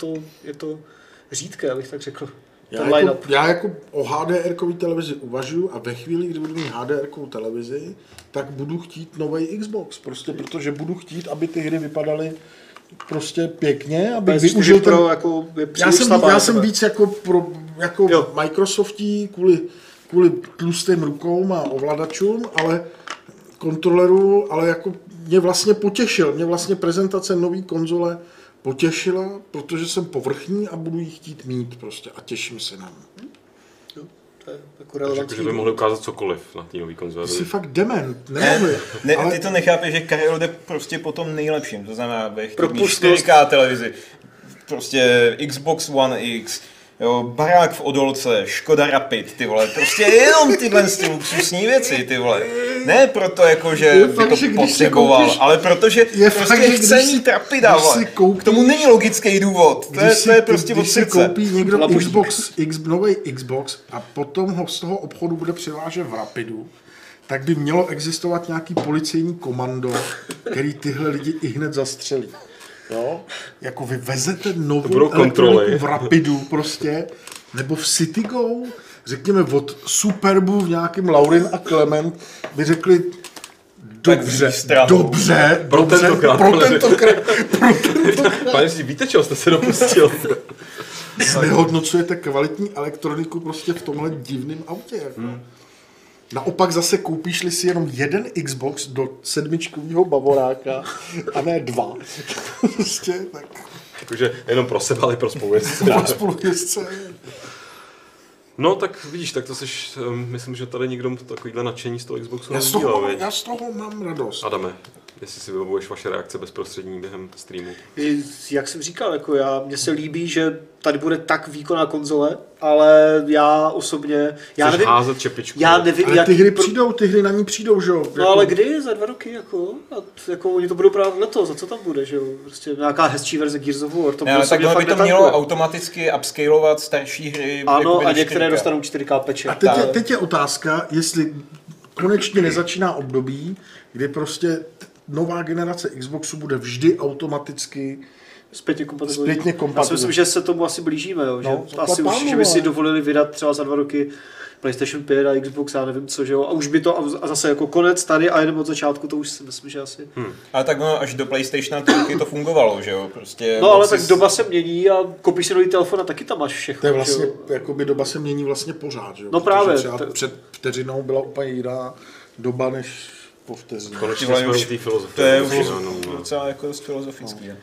[SPEAKER 4] to řídké, abych tak řekl. Ten line-up.
[SPEAKER 2] Já jako o HDR-kový televizi uvažuju a ve chvíli, kdy budu mít HDR-kovou televizi, tak budu chtít nový Xbox, prostě protože budu chtít, aby ty hry vypadaly prostě pěkně, aby
[SPEAKER 4] PS4
[SPEAKER 2] využil ten...
[SPEAKER 4] Pro jako je
[SPEAKER 2] Já
[SPEAKER 4] příliš
[SPEAKER 2] jsem,
[SPEAKER 4] slabá
[SPEAKER 2] já
[SPEAKER 4] na
[SPEAKER 2] jsem
[SPEAKER 4] tebe.
[SPEAKER 2] víc jako
[SPEAKER 4] Jo.
[SPEAKER 2] Microsoftí kvůli tlustým rukou a ovladačům, ale kontrolerů, ale jako mě vlastně potěšil. Mě vlastně prezentace nový konzole potěšila, protože jsem povrchní a budu ji chtít mít prostě a těším se na ní.
[SPEAKER 4] To je jako
[SPEAKER 1] Řekl,
[SPEAKER 4] relevantní.
[SPEAKER 1] že by mohli ukázat cokoliv na té nový konzoli.
[SPEAKER 2] Ty jsi fakt dement, nemohli.
[SPEAKER 3] Ne,
[SPEAKER 2] ale
[SPEAKER 3] ty to nechápeš, že Karel jde prostě po tom nejlepším, to znamená ve
[SPEAKER 4] Propustnost.
[SPEAKER 3] 4K televizi, prostě Xbox One X, jo, barák v Odolce, Škoda Rapid, ty vole, prostě jenom tyhle ty luxusní věci, ty vole. Ne proto jako, že
[SPEAKER 2] Je
[SPEAKER 3] by
[SPEAKER 2] fakt,
[SPEAKER 3] to
[SPEAKER 2] že když si
[SPEAKER 3] potřeboval,
[SPEAKER 2] koupíš-
[SPEAKER 3] ale protože
[SPEAKER 2] je
[SPEAKER 3] prostě
[SPEAKER 2] fakt, že
[SPEAKER 3] chce
[SPEAKER 2] když si-
[SPEAKER 3] mít Rapida,
[SPEAKER 2] když
[SPEAKER 3] vole.
[SPEAKER 2] si koupíš-
[SPEAKER 3] K tomu není logický důvod, to je prostě od
[SPEAKER 2] když si
[SPEAKER 3] srdce.
[SPEAKER 2] koupí někdo
[SPEAKER 4] Labušník.
[SPEAKER 2] nový Xbox a potom ho z toho obchodu bude převážet v Rapidu, tak by mělo existovat nějaký policejní komando, který tyhle lidi i hned zastřelí. Jo? Jako vy vezete
[SPEAKER 1] budou
[SPEAKER 2] novou
[SPEAKER 1] kontroly.
[SPEAKER 2] elektroniku v Rapidu prostě, nebo v CityGo, řekněme od Superbu v nějakém Laurin a Clement by řekli dobře,
[SPEAKER 1] Pro tentokrát.
[SPEAKER 2] Pro
[SPEAKER 1] Pane, víte, čeho jste se dopustil?
[SPEAKER 2] Znehodnocujete kvalitní elektroniku prostě v tomhle divném autě. Jako. Naopak zase koupíš-li si jenom jeden Xbox do 7čkového bavoráka a ne 2. Prostě tak.
[SPEAKER 1] Takže jenom pro sebe, ale i pro spolujezdce. No tak vidíš, tak to seš, myslím, že tady nikdo takovýhle nadšení z toho Xboxu nezdílel.
[SPEAKER 2] Já z toho mám radost.
[SPEAKER 1] Adame, jestli si vybavuješ vaše reakce bezprostřední během streamu.
[SPEAKER 4] Jak jsem říkal, jako mně se líbí, že tady bude tak výkonná konzole, ale já osobně, já nevím,
[SPEAKER 1] házet čepičku.
[SPEAKER 4] Já nevím,
[SPEAKER 2] ale ty hry přijdou, ty hry na ní přijdou, že jo?
[SPEAKER 4] No ale kdy? Za 2 roky, jako? A jako oni to budou právě letos, a co tam bude, že jo? Prostě nějaká hezčí verze Gears of War. To
[SPEAKER 3] ne, ale takhle by to mělo automaticky upscalovat starší hry.
[SPEAKER 4] Ano, a některé dostanou 4K peče.
[SPEAKER 2] A teď je otázka, jestli konečně nezačíná období, kdy prostě nová generace Xboxu bude vždy automaticky
[SPEAKER 4] zpětně kompatibilní.
[SPEAKER 2] Já
[SPEAKER 4] si myslím, že se tomu asi blížíme, jo?
[SPEAKER 2] No,
[SPEAKER 4] že asi už, že by si dovolili vydat třeba za 2 roky PlayStation 5 a Xbox, já nevím co, že jo, a už by to, a zase jako konec tady a jenom od začátku, to už si myslím, že asi.
[SPEAKER 3] Ale tak no, až do PlayStation 3 to fungovalo, že jo, prostě.
[SPEAKER 4] No ale tak doba se mění a koupíš si nový telefon a taky tam máš všechno.
[SPEAKER 2] To je vlastně, jakoby doba se mění vlastně pořád, že jo.
[SPEAKER 4] No právě.
[SPEAKER 2] Třeba před vteřinou byla úplně jiná doba, než po vteřině.
[SPEAKER 1] Konečně jsme u té filozofie.
[SPEAKER 3] To je už docela jako dost filozofický. No.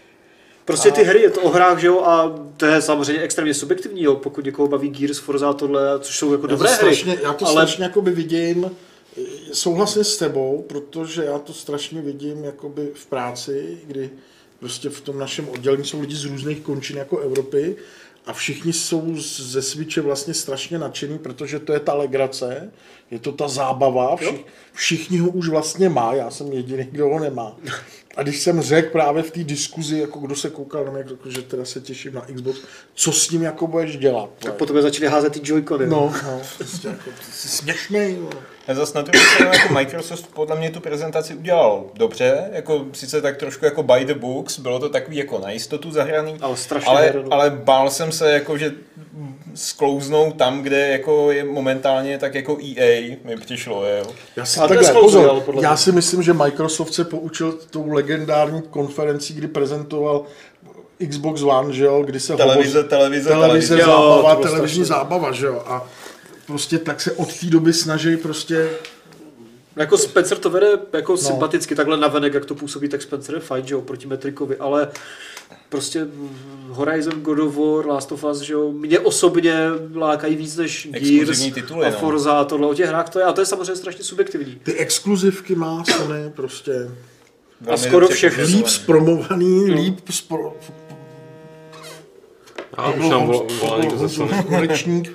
[SPEAKER 4] Prostě ty hry, je to o hrách, že jo, a to je samozřejmě extrémně subjektivní, jo, pokud někoho baví Gears, Forza a tohle, což jsou jako dobré hry.
[SPEAKER 2] Já to strašně jakoby vidím, souhlasím s tebou, protože já to strašně vidím jakoby v práci, kdy prostě v tom našem oddělení jsou lidi z různých končin jako Evropy a všichni jsou ze Switche vlastně strašně nadšení, protože to je ta legrace, je to ta zábava, všichni ho už vlastně má, já jsem jediný, kdo ho nemá. A když jsem řekl právě v té diskuzi, jako kdo se koukal na mě, že teda se těším na Xbox, co s ním jako budeš dělat?
[SPEAKER 4] Tak potom začali házet ty Joy-Cony.
[SPEAKER 2] No, prostě jako, ty jsi směšnej.
[SPEAKER 3] A zase na druhou stranu jako Microsoft podle mě tu prezentaci udělal dobře, jako sice tak trošku jako by the books, bylo to takový jako na jistotu zahraný, ale bál jsem se jako, že sklouznou tam, kde jako je momentálně tak jako EA mi přišlo, jo.
[SPEAKER 2] Já si myslím, že Microsoft se poučil tou legendární konferencí, kdy prezentoval Xbox One, že jo, kdy se televize zábava, televizní zábava, že jo, a prostě tak se od té doby snaží prostě.
[SPEAKER 4] Jako Spencer to vede jako sympaticky, takhle navenek, jak to působí, tak Spencer je fajn, že jo, proti Metrikovi, ale prostě Horizon, God of War, Last of Us, že jo, mě osobně lákají víc než Gears
[SPEAKER 3] tituly,
[SPEAKER 4] a Forza a tohle o těch hrách, a to je samozřejmě strašně subjektivní.
[SPEAKER 2] Ty exkluzivky má Sony prostě.
[SPEAKER 4] A skoro všechny.
[SPEAKER 2] Líp zpromovaný, líp
[SPEAKER 1] A už nám volá někdo ze Sony.
[SPEAKER 2] Konečník.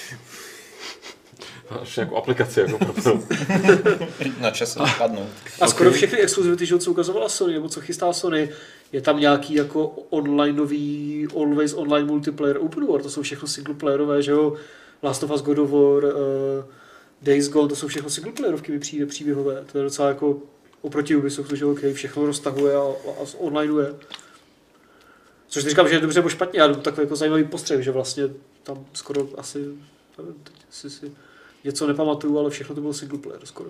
[SPEAKER 1] Až nějakou aplikaci jako propnou.
[SPEAKER 3] Na čas spadnou.
[SPEAKER 4] A skoro všechny exkluzivity, co ukazovala Sony, nebo co chystá Sony, je tam nějaký jako onlineový, always online multiplayer open world, to jsou všechno singleplayerové, že jo, Last of Us, God of War, Days Gone, to jsou všechno singleplayerovky, mi přijde příběhové, to je docela jako oproti Ubisoftu, že okay, všechno roztahuje a onlineuje. Což říkám, že je dobře nebo špatně, já takový jako zajímavý postřeh, že vlastně tam skoro asi, nevím, teď si něco nepamatuju, ale všechno to bylo single player skoro.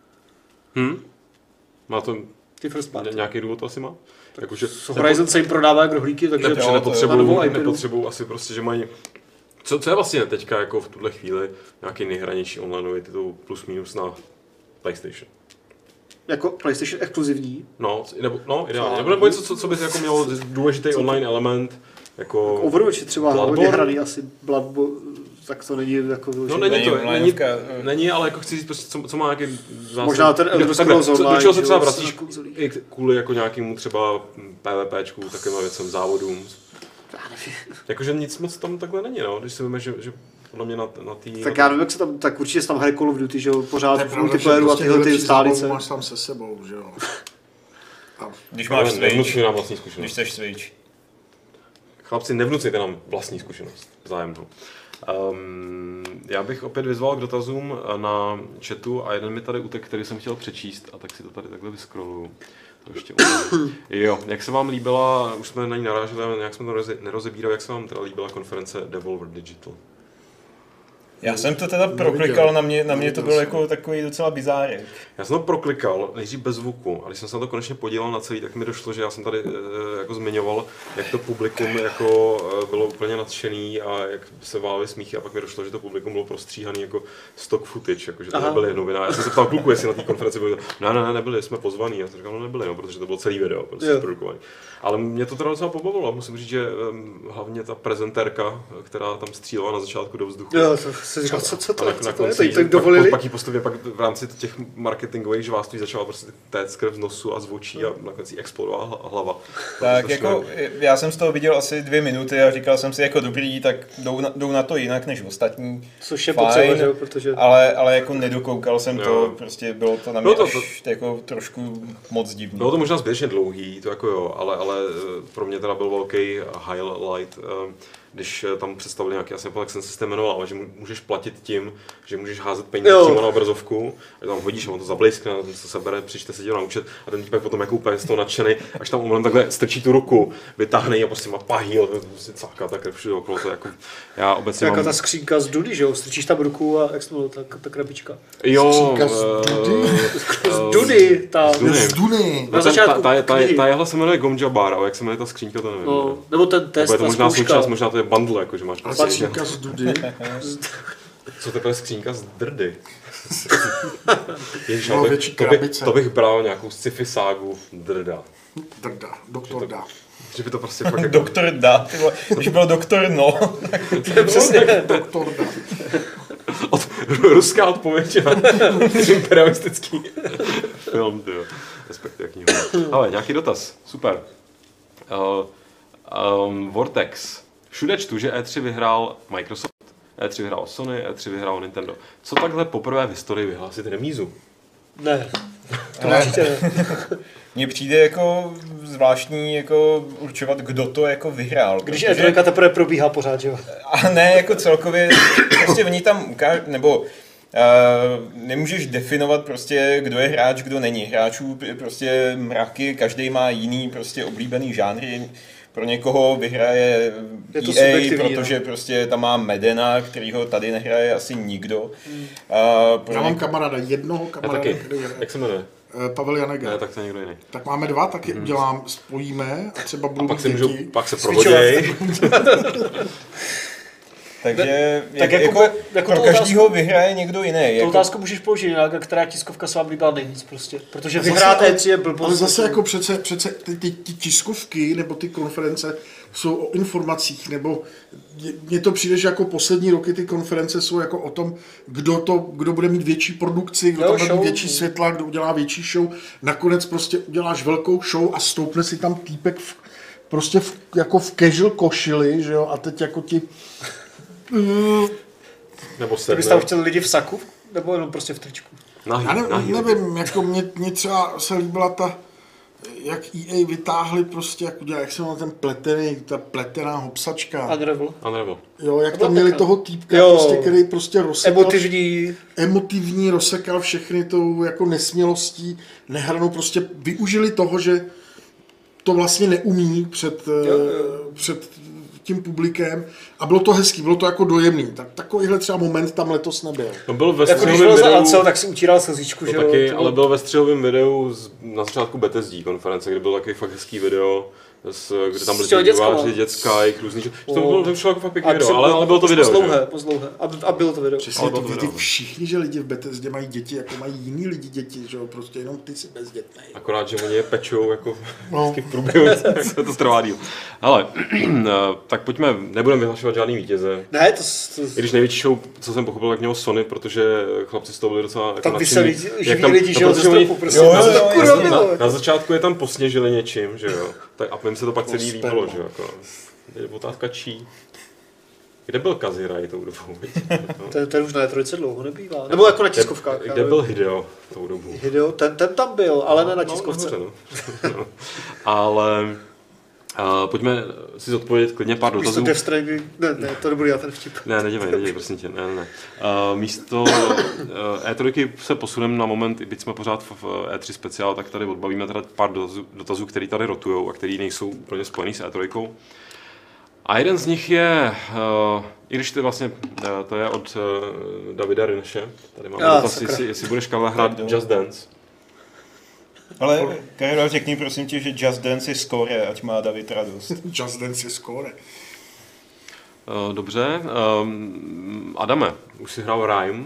[SPEAKER 1] Má to nějaký důvod to asi má?
[SPEAKER 4] Jakože Horizon se jim prodává jak rohlíky, takže
[SPEAKER 1] nepotřebují asi prostě, že mají. Co je vlastně teďka jako v tuhle chvíli nějaký nejhranější online titul plus minus na PlayStation?
[SPEAKER 4] Jako PlayStation exkluzivní?
[SPEAKER 1] No, ideálně. Nebo něco, co by jako mělo důležitý online element. Jako
[SPEAKER 4] Overwatch je třeba hodně hraný asi tak to není jako...
[SPEAKER 1] No není, ale jako chci říct prostě, co má nějaký zásad.
[SPEAKER 4] Možná ten Elder Scrolls Online.
[SPEAKER 1] Do čeho se třeba vracíš kvůli jako nějakému třeba PvPčku, takovým věcem, závodům. Jakože nic moc tam takhle není, no, když si víme, že podle mě na tý...
[SPEAKER 4] Tak já nevím, jak se tam, tak určitě se tam hraje Call of Duty, že jo, pořád v multiplayeru a tyhle ty stálice.
[SPEAKER 2] Máš tam se sebou, že jo.
[SPEAKER 3] Když máš Switch,
[SPEAKER 1] nám vlastní zkušenost.
[SPEAKER 3] Když chceš Switch.
[SPEAKER 1] Chlapci, nevnucujte nám vlastní zkušenost vzájemnou. Já bych opět vyzval k dotazům na chatu a jeden mi tady utek, který jsem chtěl přečíst, a tak si to tady takhle vyscrolluju. Jo, jak se vám líbila, už jsme na ní naráželi, ale nějak jsme to nerozebírali, jak se vám teda líbila konference Devolver Digital?
[SPEAKER 3] Já jsem to teda proklikal, na mě to bylo jako takový docela bizárek.
[SPEAKER 1] Já jsem to proklikal, nejdřív bez zvuku, a když jsem se na to konečně podíval na celý, tak mi došlo, že já jsem tady jako zmiňoval, jak to publikum jako bylo úplně nadšený a jak se válely smíchy, a pak mi došlo, že to publikum bylo prostříhaný jako stock footage, jako, že to nebyly novináři. Já jsem se ptal kluku, jestli na té konferenci byli, ne, nebyli, jsme pozvaní. Já jsem říkal, no nebyli, no, protože to bylo celý video, prostě produkovaný. Ale mě to teda docela pobavilo, musím říct, že hlavně ta prezentérka, která tam střílela na začátku do vzduchu.
[SPEAKER 4] Jo, to se říkal, co to je,
[SPEAKER 1] tak
[SPEAKER 4] dovolili.
[SPEAKER 1] Pak jí postupně pak v rámci těch marketingových žváství začala prostě téct krev z nosu a z očí a nakonec jí explodovala hlava.
[SPEAKER 3] Tak jako, já jsem z toho viděl asi 2 minuty a říkal jsem si jako dobrý, tak jdou na to jinak než ostatní.
[SPEAKER 4] Což je potřeba, že jo, protože...
[SPEAKER 3] Ale jako nedokoukal jsem to, prostě bylo to na mě jako trošku moc divný.
[SPEAKER 1] Bylo to možná zbytečně dlouhý, to jako jo, ale pro mě teda byl velký highlight, když tam představili nějaký, asi jak jsem se jmenoval, ale že můžeš platit tím, že můžeš házet peníze přímo na obrazovku, a tam hodíš a on to zablejskne, to se sebere, přijďte se na účet a ten týpek potom jako úplně z toho nadšený, až tam omylem takhle strčí tu ruku, vytáhne ji a prostě má pahýl, prostě cáká tak všude okolo, to jako já obecně
[SPEAKER 4] jako
[SPEAKER 1] mám...
[SPEAKER 4] ta skřínka z Dudy, že jo, strčíš tam ruku a jak se mluvil, ta krabička.
[SPEAKER 1] Jo,
[SPEAKER 2] Skřínka z
[SPEAKER 4] Dudy,
[SPEAKER 2] z Duny.
[SPEAKER 4] Na začátku
[SPEAKER 1] ta jehle se jmenuje Gomja Bar, ale jak se jmenuje ta skřínka, to nevím.
[SPEAKER 4] No, nebo ten test,
[SPEAKER 1] je to možná
[SPEAKER 4] zkouška.
[SPEAKER 1] součást, možná to je bundle, jako, že máš
[SPEAKER 2] A skřínka z Dudy.
[SPEAKER 1] Co to je skřínka z drdy? Ježiš,
[SPEAKER 2] No, větší krabice.
[SPEAKER 1] to bych bral nějakou sci-fi ságu drda.
[SPEAKER 2] Drda, doktor Dá.
[SPEAKER 1] Že by to prostě fakt jako...
[SPEAKER 3] Doktor Dá, ty vole, když byl doktor No.
[SPEAKER 4] Přesně.
[SPEAKER 2] Doktor Dá.
[SPEAKER 1] Ruská odpověď na imperialistický film, tyjo. Respektive knihu. Ale nějaký dotaz, super. Vortex. Všude čtu, že E3 vyhrál Microsoft, E3 vyhrál Sony, E3 vyhrál Nintendo. Co takhle poprvé v historii vyhlásit remízu?
[SPEAKER 4] Ne, to určitě ne.
[SPEAKER 3] Mně přijde jako zvláštní jako určovat, kdo to jako vyhrál.
[SPEAKER 4] Když E3 teprve probíhá pořád, že jo?
[SPEAKER 3] A ne, jako celkově, prostě oni tam nebo nemůžeš definovat prostě, kdo je hráč, kdo není. Hráčů prostě mraky, každý má jiný prostě oblíbený žánry. Pro někoho vyhraje EA, protože prostě tam má Medena, kterýho tady nehraje asi nikdo.
[SPEAKER 2] Já mám kamaráda, jednoho kamaráda, který je...
[SPEAKER 1] Jak se jmenuje?
[SPEAKER 2] Pavel Janega.
[SPEAKER 1] Ne, tak to je někdo jiný.
[SPEAKER 2] Tak máme 2, tak je udělám, spojíme a třeba budou
[SPEAKER 1] Pak,
[SPEAKER 2] děti.
[SPEAKER 1] pak se prohoděj.
[SPEAKER 3] Takže
[SPEAKER 4] tak
[SPEAKER 3] jako pro každýho
[SPEAKER 4] otázku,
[SPEAKER 3] vyhraje někdo jiný.
[SPEAKER 4] Tu
[SPEAKER 3] jako...
[SPEAKER 4] otázku můžeš položit nějaká, která tiskovka se vám líbila nejvíc prostě. Protože vyhrát E3 je blbost.
[SPEAKER 2] Ale zase jako přece ty tiskovky nebo ty konference jsou o informacích, nebo mně to přijde, že jako poslední roky ty konference jsou jako o tom, kdo bude mít větší produkci, kdo tam bude mít větší světla, kdo udělá větší show. Nakonec prostě uděláš velkou show a stoupne si tam týpek jako v casual košili, že jo, a teď jako ti...
[SPEAKER 1] Nebo
[SPEAKER 4] Ty bys tam chtěl lidi v saku? Nebo jenom prostě v tričku?
[SPEAKER 2] Já nevím, jako mě třeba se líbila ta, jak EA vytáhli prostě, jak se jmenuje ta pletená hopsačka.
[SPEAKER 4] Unravel.
[SPEAKER 2] Jo, jak tam měli toho týpka, prostě, který prostě rozsekal... Emotivní, rozsekal všechny tou jako nesmělostí, nehranou, prostě využili toho, že to vlastně neumí před tím publikem a bylo to hezký, bylo to jako dojemný. Tak takovýhle třeba moment tam letos nebyl.
[SPEAKER 1] No byl ve
[SPEAKER 4] jako když byl za Ancel, tak si utíral slzičku, že jo?
[SPEAKER 1] Taky, ale byl ve střihovém videu na začátku Bethesdy konference, kde byl takový fakt hezký video, kde tam byly ty diváři, děcka, jejich různý, to bylo jako fakt pěkný video, ale bylo to video,
[SPEAKER 4] Poslouhe. A bylo to video.
[SPEAKER 2] Přesně, ty všichni, že lidi v Bethesdě mají děti, jako mají jiní lidi děti, že jo, prostě jenom ty si bezdětnej.
[SPEAKER 1] Akorát, že oni je pečou jako v průběhu, tak se to trvá díl. Ale, tak pojďme, nebudeme vyhlašovat žádný vítěze.
[SPEAKER 4] Ne,
[SPEAKER 1] I když největší show, co jsem pochopil, tak mělo Sony, protože chlapci z toho byli docela jako
[SPEAKER 4] tam vyseli živí lidi, že
[SPEAKER 1] jo,
[SPEAKER 4] ze stropu, prostě.
[SPEAKER 1] Na začátku je tam posněžili něčím, že jo. A mým se to pak celý líbilo, že jo. Je otázka čí. Kde byl Kaziraj tou dobou?
[SPEAKER 4] Ten už na E3 dlouho nebývá. Nebo jako na tiskovkách.
[SPEAKER 1] Kde byl Hideo tou dobou?
[SPEAKER 4] Hideo, ten tam byl, ale ne na tiskovce.
[SPEAKER 1] No. Ale pojďme si zodpovědět klidně pár dotazů.
[SPEAKER 4] Ne, to nebudu já ten vtip.
[SPEAKER 1] Ne, nedělej, prosím tě, ne. Místo E3 se posuneme na moment, byť jsme pořád v E3 speciál, tak tady odbavíme teda pár dotazů, které tady rotujou a které nejsou úplně spojený s E3. A jeden z nich je, i když to vlastně, to je od Davida Rineše, tady máme dotaz, jestli budeš, Karle, hrát Just Dance.
[SPEAKER 3] Ale Karel, řekni prosím tě, že Just Dance je skóre, ať má David radost.
[SPEAKER 2] Just Dance je skóre.
[SPEAKER 1] Dobře. Adame, už jsi hrál Rime?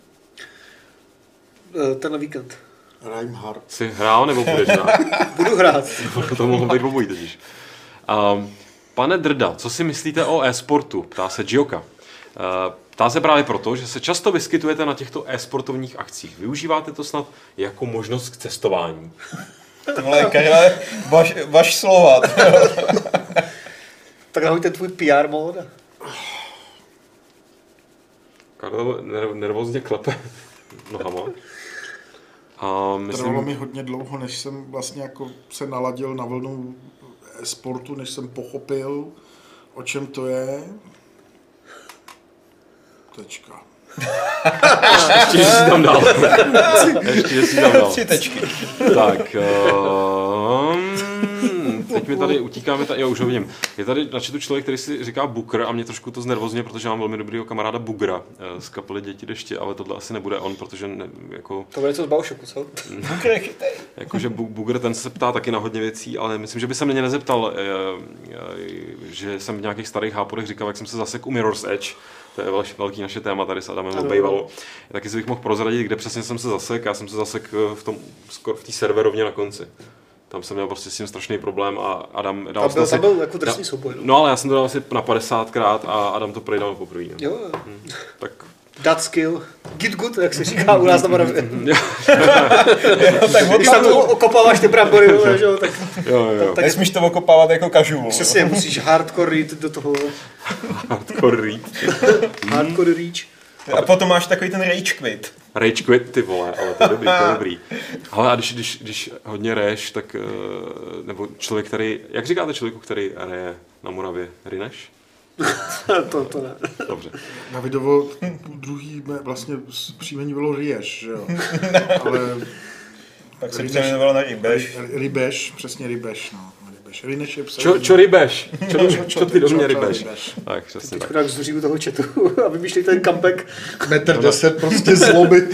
[SPEAKER 4] Tenhle víkend.
[SPEAKER 2] Rime Hard.
[SPEAKER 1] Jsi hrál nebo budeš hrát?
[SPEAKER 4] Budu hrát.
[SPEAKER 1] To mohlo být obojí totiž. Pane Drda, co si myslíte o e-sportu? Ptá se Gioka. Ptá se právě proto, že se často vyskytujete na těchto e-sportovních akcích. Využíváte to snad jako možnost k cestování?
[SPEAKER 3] Tohle, Karle, vaš slova.
[SPEAKER 4] Tak nahoď ten tvůj PR mod.
[SPEAKER 1] Karel nervózně klepe nohama.
[SPEAKER 2] Trvalo mi hodně dlouho, než jsem vlastně jako se naladil na vlnu sportu, než jsem pochopil, o čem to je. Tečka.
[SPEAKER 1] Ještě si tam dal. Ještě si tam dal.
[SPEAKER 3] 3 tečky.
[SPEAKER 1] Tak, teď mi tady utíkáme, jo, už ho vidím. Je tady načetu člověk, který si říká Booker a mě trošku to znervozňuje, protože mám velmi dobrýho kamaráda Bugera z kapely Děti deště, ale tohle asi nebude on, protože jako...
[SPEAKER 4] To bude něco z Baušoku, co?
[SPEAKER 3] Booker je chytej.
[SPEAKER 1] Jakože Booger, ten se ptá taky na hodně věcí, ale myslím, že by se mě nezeptal, že jsem v nějakých starých háporech říkal, jak jsem se zasek u Mirror's Edge. To je velký naše téma tady s Adamem obejvalo. Taky si bych mohl prozradit, kde přesně jsem se zasek. Já jsem se zasek v té serverovně na konci. Tam jsem měl prostě s tím strašný problém a Adam dal
[SPEAKER 4] tam byl jako drsný souboj.
[SPEAKER 1] No ale já jsem to dal asi na 50krát a Adam to projdal poprvé. No.
[SPEAKER 4] Jo.
[SPEAKER 1] Tak...
[SPEAKER 4] That skill. Get good, jak se říká u nás na Moravě.
[SPEAKER 3] Tak
[SPEAKER 4] když tam to okopáváš ty brambory, že jo, tak...
[SPEAKER 1] Jo.
[SPEAKER 3] Tak nesmíš to okopávat jako casual.
[SPEAKER 4] Přesně, musíš hardcore read do toho.
[SPEAKER 1] Hardcore read.
[SPEAKER 4] Hardcore reach.
[SPEAKER 3] A potom máš takový ten rage quit.
[SPEAKER 1] Rage quit, ty vole, ale to je dobrý, to je dobrý. Ale a když hodně reješ, tak, nebo člověk, který, jak říkáte člověku, který reje na Moravě, rineš?
[SPEAKER 4] to ne.
[SPEAKER 1] Dobře.
[SPEAKER 2] Davidovo druhý vlastně příjmení bylo Rieš, že jo? Ale...
[SPEAKER 3] Tak se přejmenovala na Rybeš.
[SPEAKER 2] Rybeš, přesně Rybeš, no. Rineš je psa.
[SPEAKER 1] Čo rybeš? Čo ty do mě rybeš? Tak, přesně tak.
[SPEAKER 4] Chudák zuří u toho chatu a vymýšlí ten comeback.
[SPEAKER 2] 1,10 m prostě zloby.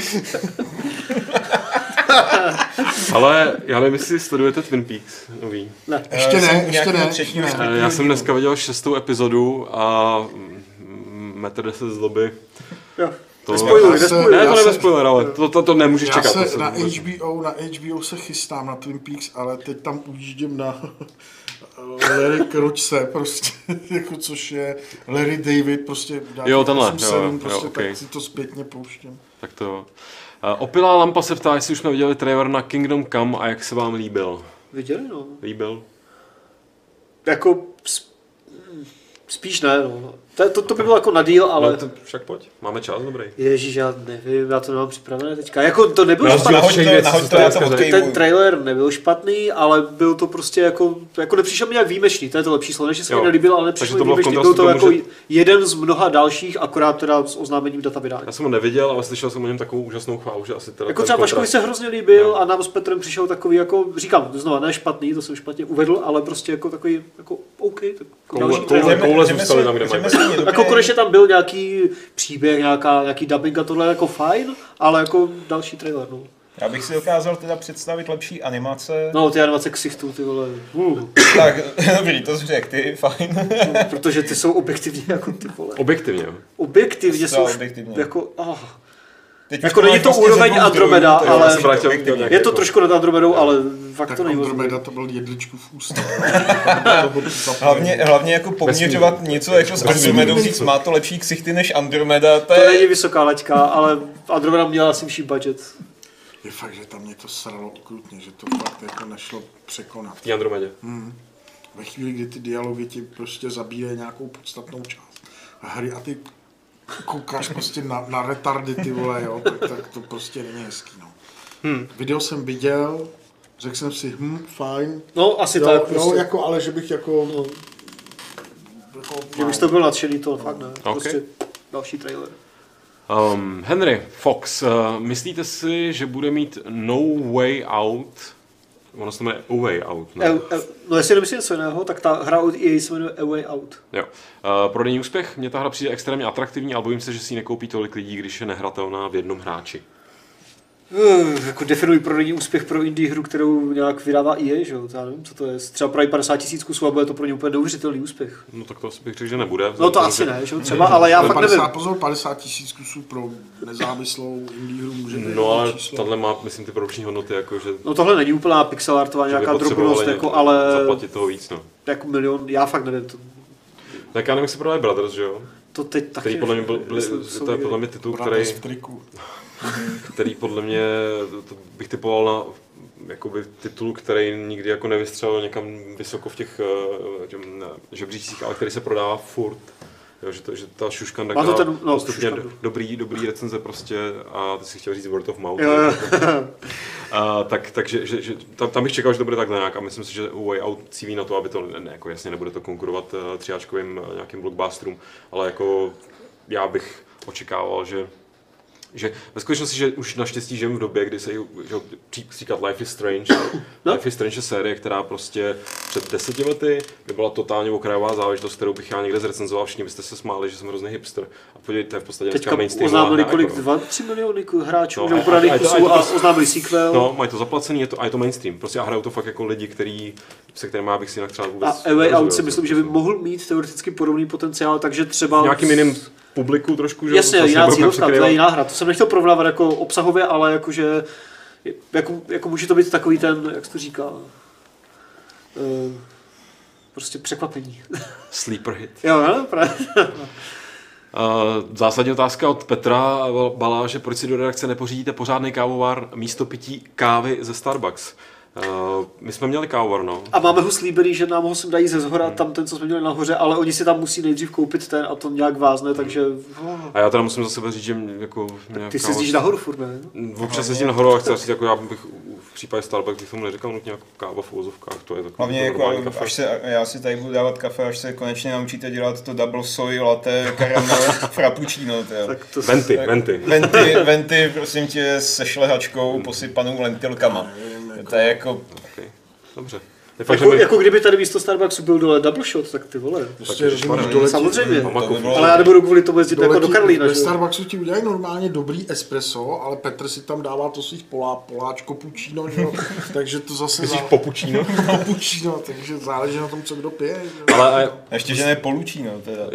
[SPEAKER 1] Ale já nevím, jestli sledujete Twin Peaks nový.
[SPEAKER 4] Ne.
[SPEAKER 2] Ještě ne.
[SPEAKER 1] Já jsem dneska viděl 6. epizodu a 1,10 m zloby.
[SPEAKER 4] Jo.
[SPEAKER 1] To
[SPEAKER 4] nespoiluj.
[SPEAKER 1] Ne, to nebude spoiler, ale to nemůžeš čekat.
[SPEAKER 2] Já se na HBO se chystám na Twin Peaks, ale teď tam ujíždím na Larry Kročse, prostě, jako což je Larry David, prostě
[SPEAKER 1] jo, tenhle,
[SPEAKER 2] prostě,
[SPEAKER 1] okay.
[SPEAKER 2] Tak si to zpětně pouštím.
[SPEAKER 1] Tak to. Opilá lampa se ptá, jestli už jsme viděli trailer na Kingdom Come a jak se vám líbil.
[SPEAKER 4] Viděli, no.
[SPEAKER 1] Líbil?
[SPEAKER 4] Jako spíš ne, no. To by bylo jako na díl, ale...
[SPEAKER 1] No to však pojď, máme čas, dobrý.
[SPEAKER 4] Ježíš, já nevím, já to nemám připravené teďka. Jako to nebylo
[SPEAKER 3] špatný.
[SPEAKER 4] Ten trailer nebyl špatný, ale byl to prostě jako nepřišel mi nějak výjimečný, to je to lepší slovo, než se mi nelíbil, ale nepřišel mi výjimečný. Byl to jako jeden z mnoha dalších, akorát teda s oznámením data vydání.
[SPEAKER 1] Já jsem ho neviděl, ale slyšel jsem o něm takovou úžasnou chválu, že asi teda...
[SPEAKER 4] Jako třeba Vaškovi se hrozně líbil a nám s Petrem přišel takový jako, říkám, znova ne špatný, to jsem špatně uvedl, ale prostě jako takový jako OK, tak
[SPEAKER 1] koule zůstaly tam, kde mají.
[SPEAKER 4] Jako konečně tam byl nějaký příběh, nějaký dubbing a tohle jako fajn, ale jako další trailer, no.
[SPEAKER 3] Já bych si dokázal teda představit lepší animace.
[SPEAKER 4] No, ty animace ksichtů, ty vole.
[SPEAKER 3] Tak, dobrý, to jsi řekl, ty, fajn.
[SPEAKER 4] Protože ty jsou objektivně jako ty vole.
[SPEAKER 1] Objektivně.
[SPEAKER 4] Objektivně jsou
[SPEAKER 3] objektivně.
[SPEAKER 4] jako, jako není to úroveň Andromeda, ale je to trošku nad Andromedou, ale fakt
[SPEAKER 2] tak
[SPEAKER 4] to není.
[SPEAKER 2] Andromeda to byl jedličku v ústě.
[SPEAKER 3] hlavně jako poměřovat něco jako s Andromedou, říct, má to lepší ksichty než Andromeda.
[SPEAKER 4] To není vysoká laťka, ale Andromeda měla asi vyšší budget.
[SPEAKER 2] Je fakt, že tam mě to sralo okrutně, že to fakt jako nešlo překonat.
[SPEAKER 1] V té Andromedě.
[SPEAKER 2] Ve chvíli, kdy ty dialogy ti prostě zabírají nějakou podstatnou část. A ty koukáš prostě na retardy, ty vole, jo, tak to prostě není hezký, no. Video jsem viděl, řekl jsem si, fajn.
[SPEAKER 4] No, asi
[SPEAKER 2] jo,
[SPEAKER 4] tak
[SPEAKER 2] jo,
[SPEAKER 4] prostě.
[SPEAKER 2] jako, ale že bych jako...
[SPEAKER 4] No. Kdybych to byl nadšený, to fakt ne.
[SPEAKER 1] Okay.
[SPEAKER 4] Prostě další trailer.
[SPEAKER 1] Henry Fox, myslíte si, že bude mít No Way Out Ono se jmenuje A Way Out, ne?
[SPEAKER 4] No jestli nemyslím něco jiného, tak ta hra od EA se jmenuje A Way Out.
[SPEAKER 1] Jo. Prodejní úspěch, mně ta hra přijde extrémně atraktivní, ale bojím se, že si ji nekoupí tolik lidí, když je nehratelná v jednom hráči.
[SPEAKER 4] Jako definují prodejní úspěch pro indie hru, kterou nějak vydává EA, že jo? Já nevím, co to je. Třeba prodají 50 000 kusů a bude to pro ně úplně neuvěřitelný úspěch.
[SPEAKER 1] No tak to asi bych řekl, že nebude.
[SPEAKER 4] No to asi ne, že jo? Třeba, ale já fakt nevím.
[SPEAKER 2] 50 000 kusů pro nezávislou indie hru může být.
[SPEAKER 1] No ale tahle má, myslím, ty produkční hodnoty, jako že...
[SPEAKER 4] No tohle není úplná pixelartová nějaká drobnost, jako, ale...
[SPEAKER 1] Zaplatit toho víc, no.
[SPEAKER 4] Jako milion, já fakt nevím. To...
[SPEAKER 1] Tak já nevím, jak se prodají Brothers, že jo?
[SPEAKER 4] To teď taky.
[SPEAKER 1] Který podle mě to je podle mě titul, který podle mě to bych typoval na jakoby titul, který nikdy jako nevystřelil někam vysoko v těch žebříčcích, ale který se prodává furt. Jo, že ta šuškanda postupně dobrý recenze prostě a ty si chtěl říct word of mouth. Takže tam bych čekal, že to bude takhle nějak a myslím si, že Way Out cílí na to, aby to jako jasně nebude to konkurovat třiáčkovým nějakým blockbusterům, ale jako já bych očekával, že ve skutečnosti, že už naštěstí žijeme v době, kdy se říkat Life is Strange. Life is Strange je série, která prostě před 10 lety by byla totálně okrajová záležitost, kterou bych já někde zrecenzoval, všichni byste se smáli, že jsem hrozný hipster. A podívejte, v podstatě dneska mainstream.
[SPEAKER 4] Oznámili kolik? 2-3 miliony hráčů nebo prodaných kusů a oznámili sequel.
[SPEAKER 1] No, mají to zaplacený a je to mainstream. Prostě a hrajou to fakt jako lidi, se kterými já bych si jinak třeba vůbec...
[SPEAKER 4] A A Way Out si myslím, že by mohl mít teoreticky podobný potenciál, takže třeba...
[SPEAKER 1] Nějakým jiným publiku trošku, že?
[SPEAKER 4] Jasně, jiná cílovka, to je jiná hra. To jsem nechtěl porovnávat jako obsahově, ale jakože, jako může to být takový ten, jak se to říká, prostě překvapení.
[SPEAKER 1] Sleeper hit.
[SPEAKER 4] Jo, no, právě.
[SPEAKER 1] Zásadní otázka od Petra Baláže, proč si do redakce nepořídíte pořádný kávovar místo pití kávy ze Starbucks? My jsme měli kávovar, no.
[SPEAKER 4] A máme ho slíbený, že nám ho sem dají ze zhora, tam ten, co jsme měli nahoře, ale oni si tam musí nejdřív koupit ten a to nějak vázne, takže...
[SPEAKER 1] A já teda musím za sebe říct, že jako...
[SPEAKER 4] Ty se jezdíš nahoru furt, ne?
[SPEAKER 1] Občas jezdím nahoru a chci říct, jako já bych v případě Starbucks bych tomu neříkal nutně jako káva v uvozovkách, to je takový
[SPEAKER 3] hlavně jako, já si tady budu dávat kafe, až se konečně naučíte dělat to double soy latte, karamel, frappuccino, to... Venty, prosím tě, se šlehačkou posypanou lentilkama. To je jako...
[SPEAKER 1] Okay. Dobře.
[SPEAKER 4] Jako kdyby tady místo Starbucksu byl dole double shot, tak ty vole.
[SPEAKER 2] Prostě
[SPEAKER 4] samozřejmě, ale já nebudu kvůli tomu jezdit jako do Karlína.
[SPEAKER 2] Ve Starbucksu ti udělají normálně dobrý espresso, ale Petr si tam dává to svých poláčko pučíno, takže to zase...
[SPEAKER 1] Myslíš popučíno?
[SPEAKER 2] Popučíno, takže záleží na tom, co kdo pije.
[SPEAKER 3] Ale ještě, že ne polučíno teda.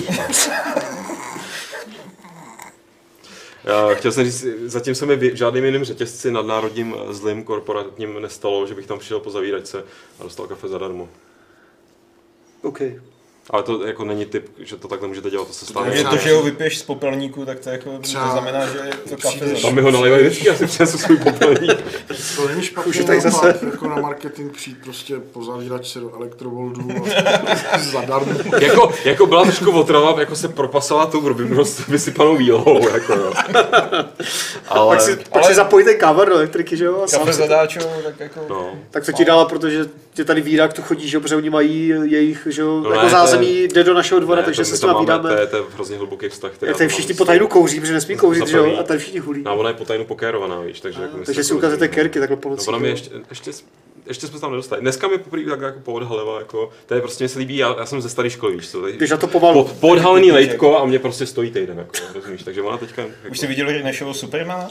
[SPEAKER 1] Chtěl jsem říct, zatím se mi v žádným jiným řetězci nadnárodním zlým korporátním nestalo, že bych tam přišel po zavíračce a dostal kafe zadarmo.
[SPEAKER 4] OK.
[SPEAKER 1] Ale to jako není typ, že to takhle můžete dělat, to se stane.
[SPEAKER 3] Takže to, že ho vypiješ z popelníku, tak to jako znamená, že je to kafe zadarmo.
[SPEAKER 1] Tam mi ho nalivají vždycky, asi přinesu svůj popelník.
[SPEAKER 2] To není špatný nápad, jako na marketing přijít prostě po zavíračce do Elektrovoldu a zadarmo.
[SPEAKER 1] Jako byla trošku otrava, jako se propasala tou vysypanou výlohou, jako jo. Ale...
[SPEAKER 4] Pak si zapojí ten kávar do elektriky, že jo?
[SPEAKER 3] Kafe zadáčou, tak jako...
[SPEAKER 1] No.
[SPEAKER 4] Tak to ti dala, protože tě tady vírák tu chodí, že jo, protože oni mají jejich, že jo, jako zázemí jde do našeho dvora, takže se s nimi vídáme.
[SPEAKER 1] To je hrozně hluboký vztah.
[SPEAKER 4] Tady všichni po tajnu kouří, protože nesmí kouřit, že jo, a tady všichni hulí.
[SPEAKER 1] No, ona je po tajnu pokérovaná, víš, takže...
[SPEAKER 4] Takže si ukazujete kerky takhle po noci.
[SPEAKER 1] Ještě jsme tam nedostali. Dneska mi poprvé tak jako poodhalila, jako, to je prostě, mě se líbí, já jsem ze staré školy, víš co,
[SPEAKER 4] když na to pomalu.
[SPEAKER 1] Poodhalený lejtko a mě prostě stojí týden, jako, rozumíš, takže ona teďka... Jako...
[SPEAKER 3] Už jsi viděl našeho Supermana?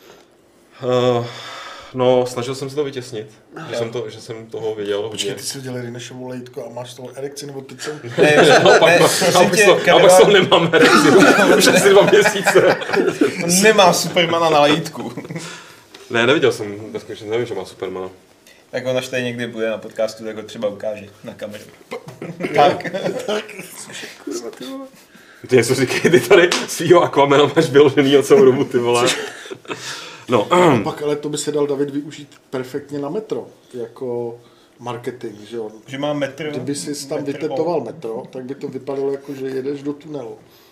[SPEAKER 1] No, snažil jsem se to vytěsnit, že jsem toho viděl hodně.
[SPEAKER 2] Počkej, ty jsi udělal Rinešovu lejtko a máš toho erekci, nebo ty jsem...
[SPEAKER 1] A pak to nemám erekci, už asi 2 měsíce.
[SPEAKER 3] Nemá Supermana na lejtku.
[SPEAKER 1] Ne, neviděl jsem, nevím, že má Supermana.
[SPEAKER 3] Tak on až tady někdy bude na podcastu, tak ho třeba ukáže na kameru. Tak.
[SPEAKER 4] Kurva, ty vole.
[SPEAKER 1] Ty něco říkej, ty tady svýho Aquamana máš vyloženýho celou dobu, ty vole. No.
[SPEAKER 2] Pak ale to by se dal David využít perfektně na metro, jako marketing, že jo.
[SPEAKER 3] Že má metro.
[SPEAKER 2] Kdyby si tam vytetoval metro, tak by to vypadalo jako, že jedeš do tunelu.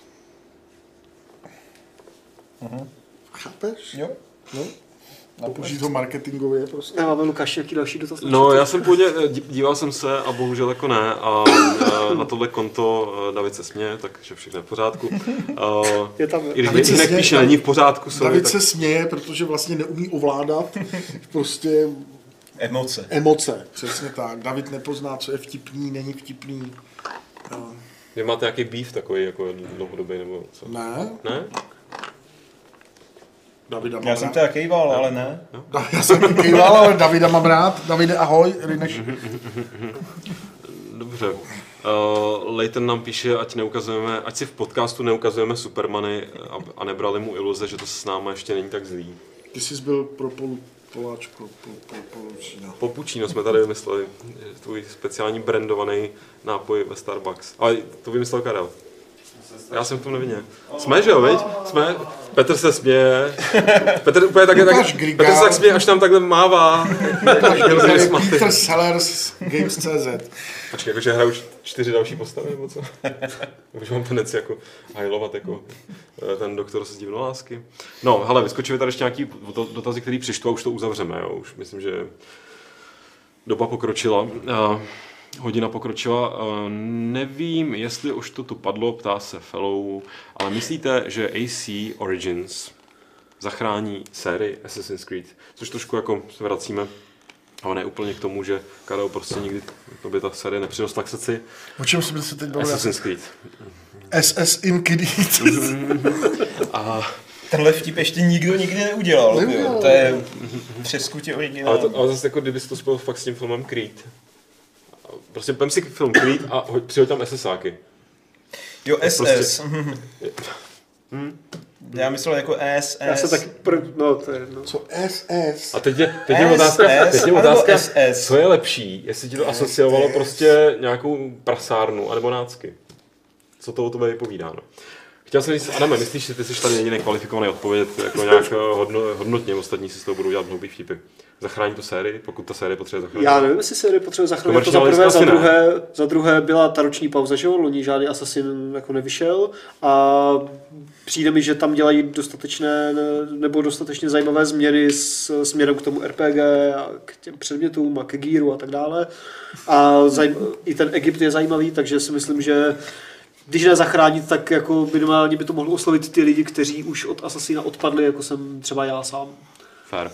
[SPEAKER 2] Chápeš?
[SPEAKER 3] Jo.
[SPEAKER 2] No. A použít ho marketingově prostě.
[SPEAKER 4] Máme Lukáš nějaký další dotaz?
[SPEAKER 1] No, já jsem původně, díval jsem se a bohužel jako ne a na tohle konto David se směje, takže všechno je v pořádku.
[SPEAKER 4] Je tam,
[SPEAKER 1] i když jinak píše, není v pořádku.
[SPEAKER 2] David se směje, protože vlastně neumí ovládat prostě Emoce, přesně tak. David nepozná, co je vtipný, není vtipný.
[SPEAKER 1] Vy máte nějaký beef takový jako dlouhodobý nebo co?
[SPEAKER 2] Ne?
[SPEAKER 1] Ne?
[SPEAKER 2] Davida mám
[SPEAKER 3] Já
[SPEAKER 2] rád.
[SPEAKER 3] jsem to jakýval, ale ne.
[SPEAKER 2] Já jsem kýval, ale Davida mám rád. Davide, ahoj. Rineš.
[SPEAKER 1] Dobře. Leighton nám píše, ať si v podcastu neukazujeme Supermany a nebrali mu iluze, že to s náma ještě není tak zlý.
[SPEAKER 2] Ty jsi byl pro Poláčko, Polučíno.
[SPEAKER 1] Popučino jsme tady vymysleli, tvůj speciální brandovaný nápoj ve Starbucks. Ale to vymyslel Karel. Já jsem v tom nevinně. Jsme, že jo, viď? Jsme. Petr se směje. Petr úplně také Petr se tak směje, až nám takhle mává.
[SPEAKER 2] Peter Sellers, Games.cz.
[SPEAKER 1] Počkej, jakože hraju 4 další postavy, nebo co? Už mám tenec jako hajlovat jako ten doktor z divnolásky. No, hele, vyskočili tady ještě nějaký dotazy, který přištu a už to uzavřeme, jo. Už myslím, že doba pokročila. Hodina pokročila. Nevím, jestli už to tu padlo, ptá se Fellow, ale myslíte, že AC Origins zachrání sérii Assassin's Creed? Což trošku jako se vracíme, ale ne úplně k tomu, že Karel prostě nikdy by ta série nepřinesla k srdci.
[SPEAKER 2] O čem jsme se teď bavili?
[SPEAKER 1] Assassin's Creed.
[SPEAKER 2] SS Inquisitor.
[SPEAKER 1] A
[SPEAKER 3] Tenhle vtip ještě nikdo nikdy neudělal. To je přeskutě originální.
[SPEAKER 1] ale zase jako kdyby si to spojil fakt s tím filmem Creed. Prostě vem si film Creed a přihoď tam SSáky.
[SPEAKER 3] Jo, SS.
[SPEAKER 1] Prostě...
[SPEAKER 3] Já myslel jako SS.
[SPEAKER 4] Já se taky to je jedno.
[SPEAKER 2] Co SS?
[SPEAKER 1] A teď je otázka, co je lepší, jestli ti to asociovalo prostě nějakou prasárnu, anebo nácky. Co to o tobě vypovídá, no. Chtěl jsem říct, Adame, myslíš, že ty jsi tady jediný kvalifikovaný odpovědět jako nějak hodnotně, ostatní si z toho budou dělat hloupý vtipy. Zachrání tu sérii, pokud ta série potřebuje zachránit?
[SPEAKER 4] Já nevím, jestli série potřebuje zachránit, to za druhé byla ta roční pauza, že jo, loni žádný Assassin jako nevyšel a přijde mi, že tam dělají dostatečně zajímavé změny směrem k tomu RPG a k těm předmětům a ke gíru a tak dále. A i ten Egypt je zajímavý, takže si myslím, že když ne zachránit, tak jako minimálně by to mohlo oslovit ty lidi, kteří už od Assassina odpadli, jako jsem třeba já sám.
[SPEAKER 1] Fair.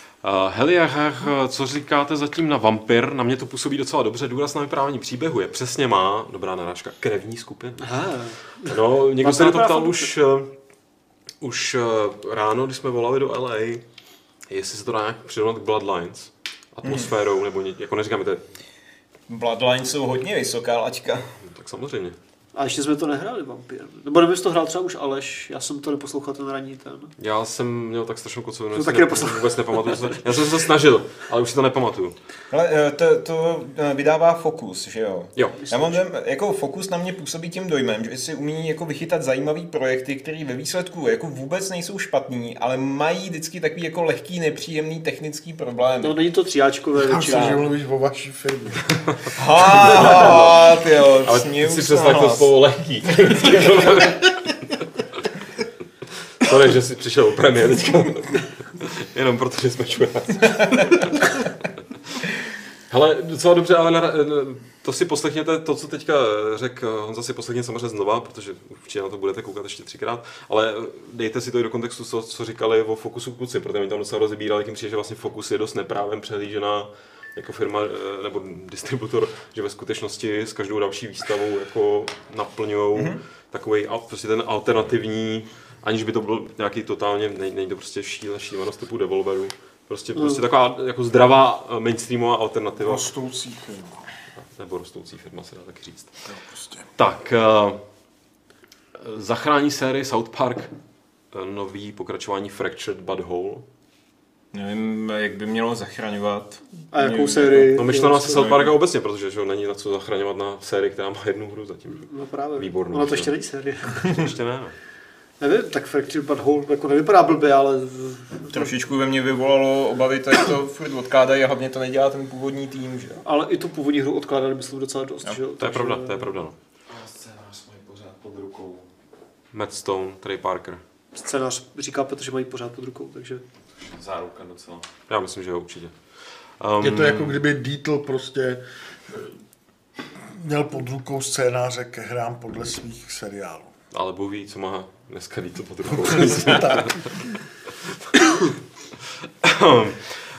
[SPEAKER 1] Co říkáte zatím na Vampir? Na mě to působí docela dobře. Důraz na vyprávění příběhu je přesně má, dobrá narážka, krevní skupina. No, někdo se na to ptal už ráno, když jsme volali do LA, jestli se to dá nějak přirovnat k Bloodlines, atmosférou, nebo jako neříkáme to.
[SPEAKER 3] Bloodlines jsou hodně vysoká laťka.
[SPEAKER 1] Tak samozřejmě.
[SPEAKER 4] A ještě jsme to nehráli Vampír. Nebo nebys to hrál třeba už Aleš, já jsem to neposlouchal ten ranní ten.
[SPEAKER 1] Já jsem měl tak strašnou kocovinu,
[SPEAKER 4] že
[SPEAKER 1] vůbec nepamatuju. Já jsem se snažil, ale už si to nepamatuju.
[SPEAKER 3] Ale to vydává Focus, že jo?
[SPEAKER 1] Jo.
[SPEAKER 3] Já mám jako Focus na mě působí tím dojmem, že si umí jako vychytat zajímavý projekty, které ve výsledku jako vůbec nejsou špatný, ale mají vždycky takový jako lehký, nepříjemný technický problém.
[SPEAKER 4] No není to tříáčkové
[SPEAKER 2] většinou. Já že mluvíš o vaší firmě.
[SPEAKER 3] Tyjo,
[SPEAKER 1] ale ty si přeslah to slovo lehký. Sorry, že jsi přišel o premiér teďka. Jenom protože jsme čuráci. Hele, docela dobře, ale to si poslechněte, to, co teďka řekl Honza, si poslechněte samozřejmě znova, protože určitě na to budete koukat ještě 3krát, ale dejte si to i do kontextu, co říkali o Focusu kluci, protože oni tam docela rozebírali, tím přijde, že vlastně Focus je dost neprávem přehlížená jako firma nebo distributor, že ve skutečnosti s každou další výstavou jako naplňují takový prostě ten alternativní, aniž by to bylo nějaký totálně, není to prostě šílenost typu Devolveru. Prostě taková jako zdravá mainstreamová alternativa.
[SPEAKER 2] Rostoucí firma.
[SPEAKER 1] Nebo rostoucí firma se dá taky říct.
[SPEAKER 2] No, prostě.
[SPEAKER 1] Tak, zachrání sérii South Park nový pokračování Fractured But Whole.
[SPEAKER 3] Nevím, jak by mělo zachraňovat.
[SPEAKER 4] A jakou sérii?
[SPEAKER 1] No myšleno asi South Parka obecně, protože že není na co zachraňovat na sérii, která má jednu hru zatím.
[SPEAKER 4] No právě.
[SPEAKER 1] Výbornou.
[SPEAKER 4] Ono to ještě není série.
[SPEAKER 1] Ještě ne, no.
[SPEAKER 4] Nevím, tak Fractured But Whole jako nevypadá blbě, ale...
[SPEAKER 3] Trošičku ve mně vyvolalo obavy, tak to furt odkládají a hlavně to nedělá ten původní tým, že?
[SPEAKER 4] Ale i tu původní hru odkládali, myslím, docela dost, že jo?
[SPEAKER 1] To je pravda, no.
[SPEAKER 5] A scénář mají pořád pod rukou.
[SPEAKER 1] Matt Stone, Trey Parker.
[SPEAKER 4] Scénář říká Petr, že mají pořád pod rukou, takže...
[SPEAKER 5] Záruka docela.
[SPEAKER 1] Já myslím, že jo, určitě.
[SPEAKER 2] Je to jako kdyby Dietl prostě měl pod rukou scénáře ke hrám podle svých seriálů.
[SPEAKER 1] Ale Bůh ví, co má dneska Dietl pod rukou.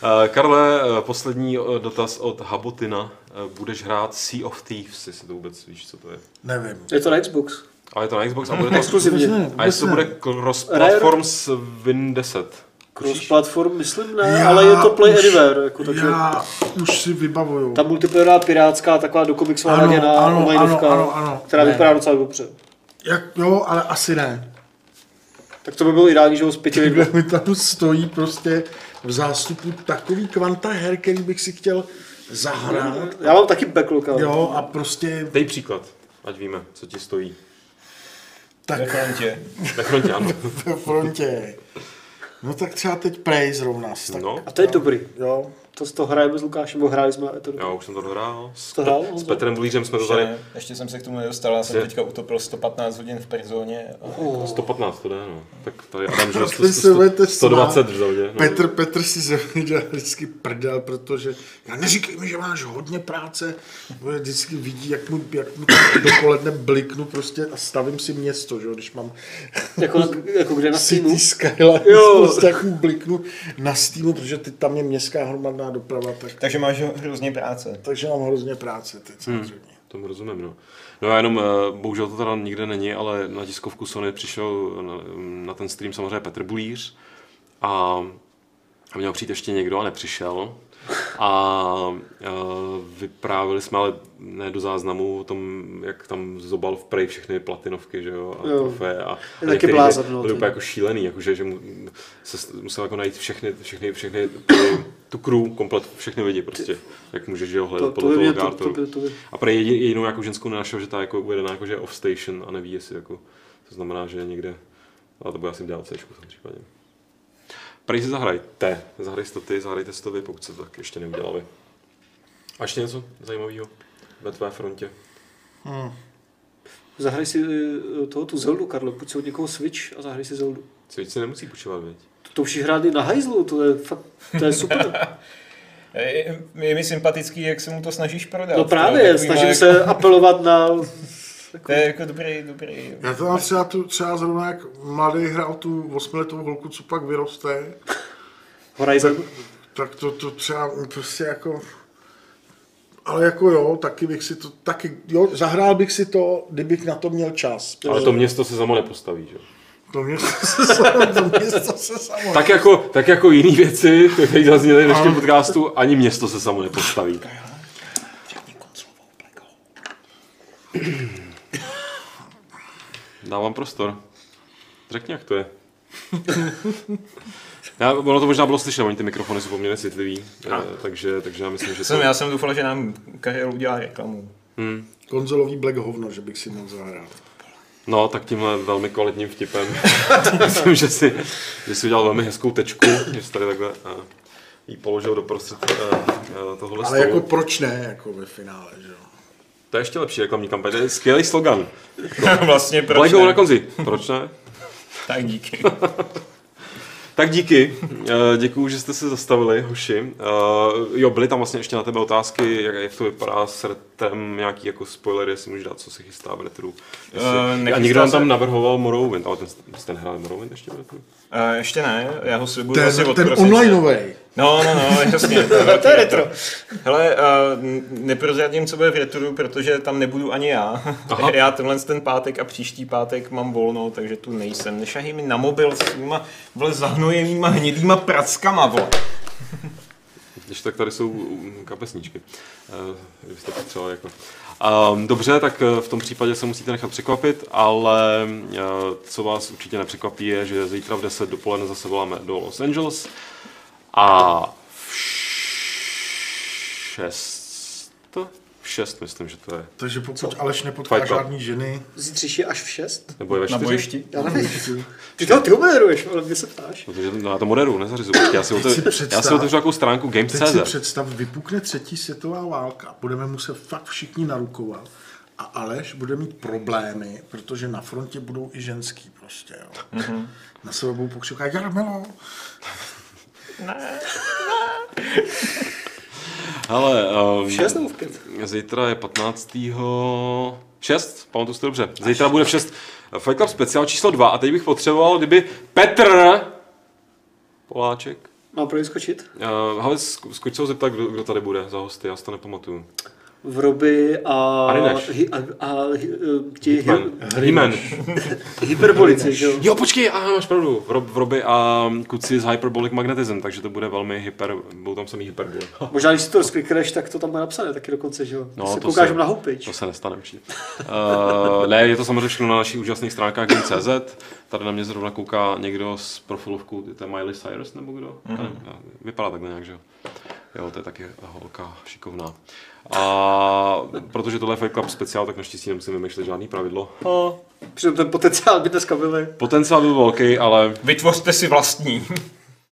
[SPEAKER 1] Karle, poslední dotaz od Habotina. Budeš hrát Sea of Thieves, jestli to vůbec víš, co to je?
[SPEAKER 2] Nevím.
[SPEAKER 4] Je to na Xbox.
[SPEAKER 1] Ale je to na Xbox a bude to
[SPEAKER 4] Exkluzivně.
[SPEAKER 1] a jestli to bude cross-platform s Win 10.
[SPEAKER 4] Cross-platform, myslím ne, ale je to Play Anywhere. Jako, takže
[SPEAKER 2] Já už si vybavuju.
[SPEAKER 4] ta multiplayerová pirátská, taková dokomiksovaná laděná onlineovka, která vypadá docela dobře.
[SPEAKER 2] Jo, ale asi ne.
[SPEAKER 4] Tak to by bylo ideální, že ho z 5 lidí.
[SPEAKER 2] Takhle mi tam stojí prostě v zástupu takový kvanta her, který bych si chtěl zahrát.
[SPEAKER 4] Já mám taky backlog, ale...
[SPEAKER 2] Jo, a prostě
[SPEAKER 1] Dej příklad, ať víme, co ti stojí.
[SPEAKER 2] tak
[SPEAKER 3] Ve frontě.
[SPEAKER 1] Na frontě, ano.
[SPEAKER 2] ve frontě. No tak třeba teď Prey zrovna. Tak,
[SPEAKER 1] No,
[SPEAKER 4] A to je dobrý.
[SPEAKER 2] Jo,
[SPEAKER 4] To hrajeme s Lukášem, bo hráli jsme, je to dobrý.
[SPEAKER 1] já už jsem to dohrál.
[SPEAKER 4] To hrál?
[SPEAKER 1] S Petrem Blířem jsme to tady.
[SPEAKER 3] Ještě jsem se k tomu nedostal, já jsem teďka utopil 115 hodin v perzóně.
[SPEAKER 1] 115 to jde, no. Tak tady Adam, že
[SPEAKER 2] Vy se budete
[SPEAKER 1] 120 v zaudě. No.
[SPEAKER 2] Petr si ze mě dělá vždycky prdel, protože já neříkej mi, že máš hodně práce, protože vždycky vidí, jak mu dopoledne bliknu prostě a stavím si město, že jo, když mám
[SPEAKER 4] Jako kde na Steamu?
[SPEAKER 2] City Skyline,
[SPEAKER 4] Jo.
[SPEAKER 2] prostě jak mu bliknu na Steamu, protože teď tam je městská hromadná doprava,
[SPEAKER 3] Takže máš hrozně práce.
[SPEAKER 2] takže mám hrozně práce teď samozřejmě.
[SPEAKER 1] Tomu rozumím, no. No já jenom, bohužel to teda nikde není, ale na tiskovku Sony přišel na ten stream samozřejmě Petr Bulíř a měl přijít ještě někdo a nepřišel. A vyprávili jsme, ale ne do záznamu, o tom, jak tam zobal v Prey všechny platinovky, že jo, a trofeje a
[SPEAKER 4] taky blázen, no,
[SPEAKER 1] byly úplně jako šílený, jakože, že se musel jako najít všechny tu crew, komplet, všechny lidi prostě, jak můžeš, že ho hledat podle toho Gartoru. A Prey jedinou jako ženskou nenašel, že ta jako uvedená, jako, že je off station a neví, jestli jako, to znamená, že je někde, ale to bude asi v DLCčku v tom případě. Prý si zahrajte, zahrajte si to vy, pokud se to tak ještě neudělali. A ještě něco zajímavého ve tvé frontě?
[SPEAKER 4] Zahraj si tu Zeldu, Karlo, půjď si od někoho Switch a zahraj si Zeldu.
[SPEAKER 1] Switch si nemusí počívat, viď?
[SPEAKER 4] To musíš hrát i na hajzlu, to je fakt, to je super.
[SPEAKER 3] Je mi sympatický, jak se mu to snažíš prodat.
[SPEAKER 4] No právě, snažím se apelovat na...
[SPEAKER 3] To je jako dobrý.
[SPEAKER 2] Já to mám třeba zrovna, jak mladý hrál tu 8letou holku, co pak vyroste,
[SPEAKER 4] Horizon.
[SPEAKER 2] tak to třeba prostě jako... Ale jako jo, taky bych si to, zahrál bych si to, kdybych na to měl čas.
[SPEAKER 1] Ale to město se samo nepostaví, že?
[SPEAKER 2] To město se samo.
[SPEAKER 1] Tak jako jiný věci, které zazněly v dnešním podcastu, ani město se samo nepostaví. Dávám prostor. Řekni, jak to je. Ono to možná bylo slyšet, oni ty mikrofony jsou poměrně citlivý, takže já myslím, že
[SPEAKER 3] Já jsem doufal, že nám Karel udělá reklamu.
[SPEAKER 2] Konzolový black hovno, že bych si mohl zahrát.
[SPEAKER 1] No, tak tímhle velmi kvalitním vtipem. Myslím, že si udělal velmi hezkou tečku, že jsi tady takhle jí položil doprostřed tohohle
[SPEAKER 2] Ale
[SPEAKER 1] stolu.
[SPEAKER 2] jako proč ne, jako ve finále, že jo.
[SPEAKER 1] To je ještě lepší reklamní kampaň, to je skvělý slogan.
[SPEAKER 3] Vlastně proč
[SPEAKER 1] Black
[SPEAKER 3] ne?
[SPEAKER 1] na konzi. Proč ne?
[SPEAKER 3] Tak díky.
[SPEAKER 1] Tak díky. Děkuju, že jste se zastavili, hoši. Jo, byly tam vlastně ještě na tebe otázky, jak to vypadá s retem, nějaký jako spoilery, jestli můžeš dát, co se chystá v retru. A někdo nám tam navrhoval Morrowind, ale ten hrál Morrowind ještě v retru?
[SPEAKER 3] Ještě ne, já ho slibuju asi od
[SPEAKER 2] Ten
[SPEAKER 3] prosince.
[SPEAKER 2] onlineovej.
[SPEAKER 3] No, jasně.
[SPEAKER 4] To je retro.
[SPEAKER 3] Hele, neprozradím, co bude v retru, protože tam nebudu ani já.
[SPEAKER 1] Aha.
[SPEAKER 3] Já ten pátek a příští pátek mám volno, takže tu nejsem. Nešahej mi na mobil s svýma zahnojenýma hnědýma prackama, vole.
[SPEAKER 1] Když tak tady jsou kapesníčky. Kdybyste potřebovali jako. Dobře, tak v tom případě se musíte nechat překvapit, ale co vás určitě nepřekvapí je, že zítra v 10 dopoledne zase voláme do Los Angeles a v 6 myslím, že to je.
[SPEAKER 2] Takže pokud Aleš nepotká
[SPEAKER 1] Fight Club.
[SPEAKER 2] žádný ženy,
[SPEAKER 4] Zítřejší až v 6?
[SPEAKER 1] Nebo je ve 4?
[SPEAKER 3] Na bojišti.
[SPEAKER 4] Já nevím. Ty ho moderuješ, ale mě se ptáš.
[SPEAKER 1] Protože já to moderuju, nezařizu. Já si otevřu takovou stránku
[SPEAKER 2] teď si
[SPEAKER 1] Games.cz.
[SPEAKER 2] představ, vypukne 3. světová válka, budeme muset fakt všichni narukovat a Aleš bude mít problémy, protože na frontě budou i ženský prostě, jo. Na sebe budou pokřikovat, Jarmilo.
[SPEAKER 1] Hele,
[SPEAKER 4] V 6 nebo v 5?
[SPEAKER 1] zítra je 15. 6, pamatuju si to dobře. Zítra bude v 6 Fight Club speciál číslo 2 a teď bych potřeboval, kdyby Petr Poláček
[SPEAKER 4] Mám pro ně skočit?
[SPEAKER 1] Hele, zkuč se ho zeptat, kdo tady bude za hosty, já si to nepamatuju.
[SPEAKER 4] V Roby a ti
[SPEAKER 1] He-Man.
[SPEAKER 4] hyperbolici, že jo?
[SPEAKER 1] Jo, počkej, máš pravdu. V Roby a Kuci z Hyperbolic Magnetism, takže to bude velmi budou tam samý hyperboly.
[SPEAKER 4] Možná, když si to rozklikneš, tak to tam bude napsané taky dokonce, že jo?
[SPEAKER 1] No,
[SPEAKER 4] se koukáš na homepage.
[SPEAKER 1] To se nestane určitě. Ne, je to samozřejmě všechno na našich úžasných stránkách Game.cz. Tady na mě zrovna kouká někdo z profilovku, to je Miley Cyrus nebo kdo? Vypadá takhle nějak, že jo? Jo, to je taky holka šikovná. A protože tohle je Fight Club speciál, tak naštěstí nemusím vymýšlet žádný pravidlo.
[SPEAKER 4] Přitom ten potenciál by dneska byl.
[SPEAKER 1] Potenciál byl velký, ale
[SPEAKER 3] Vytvořte si vlastní.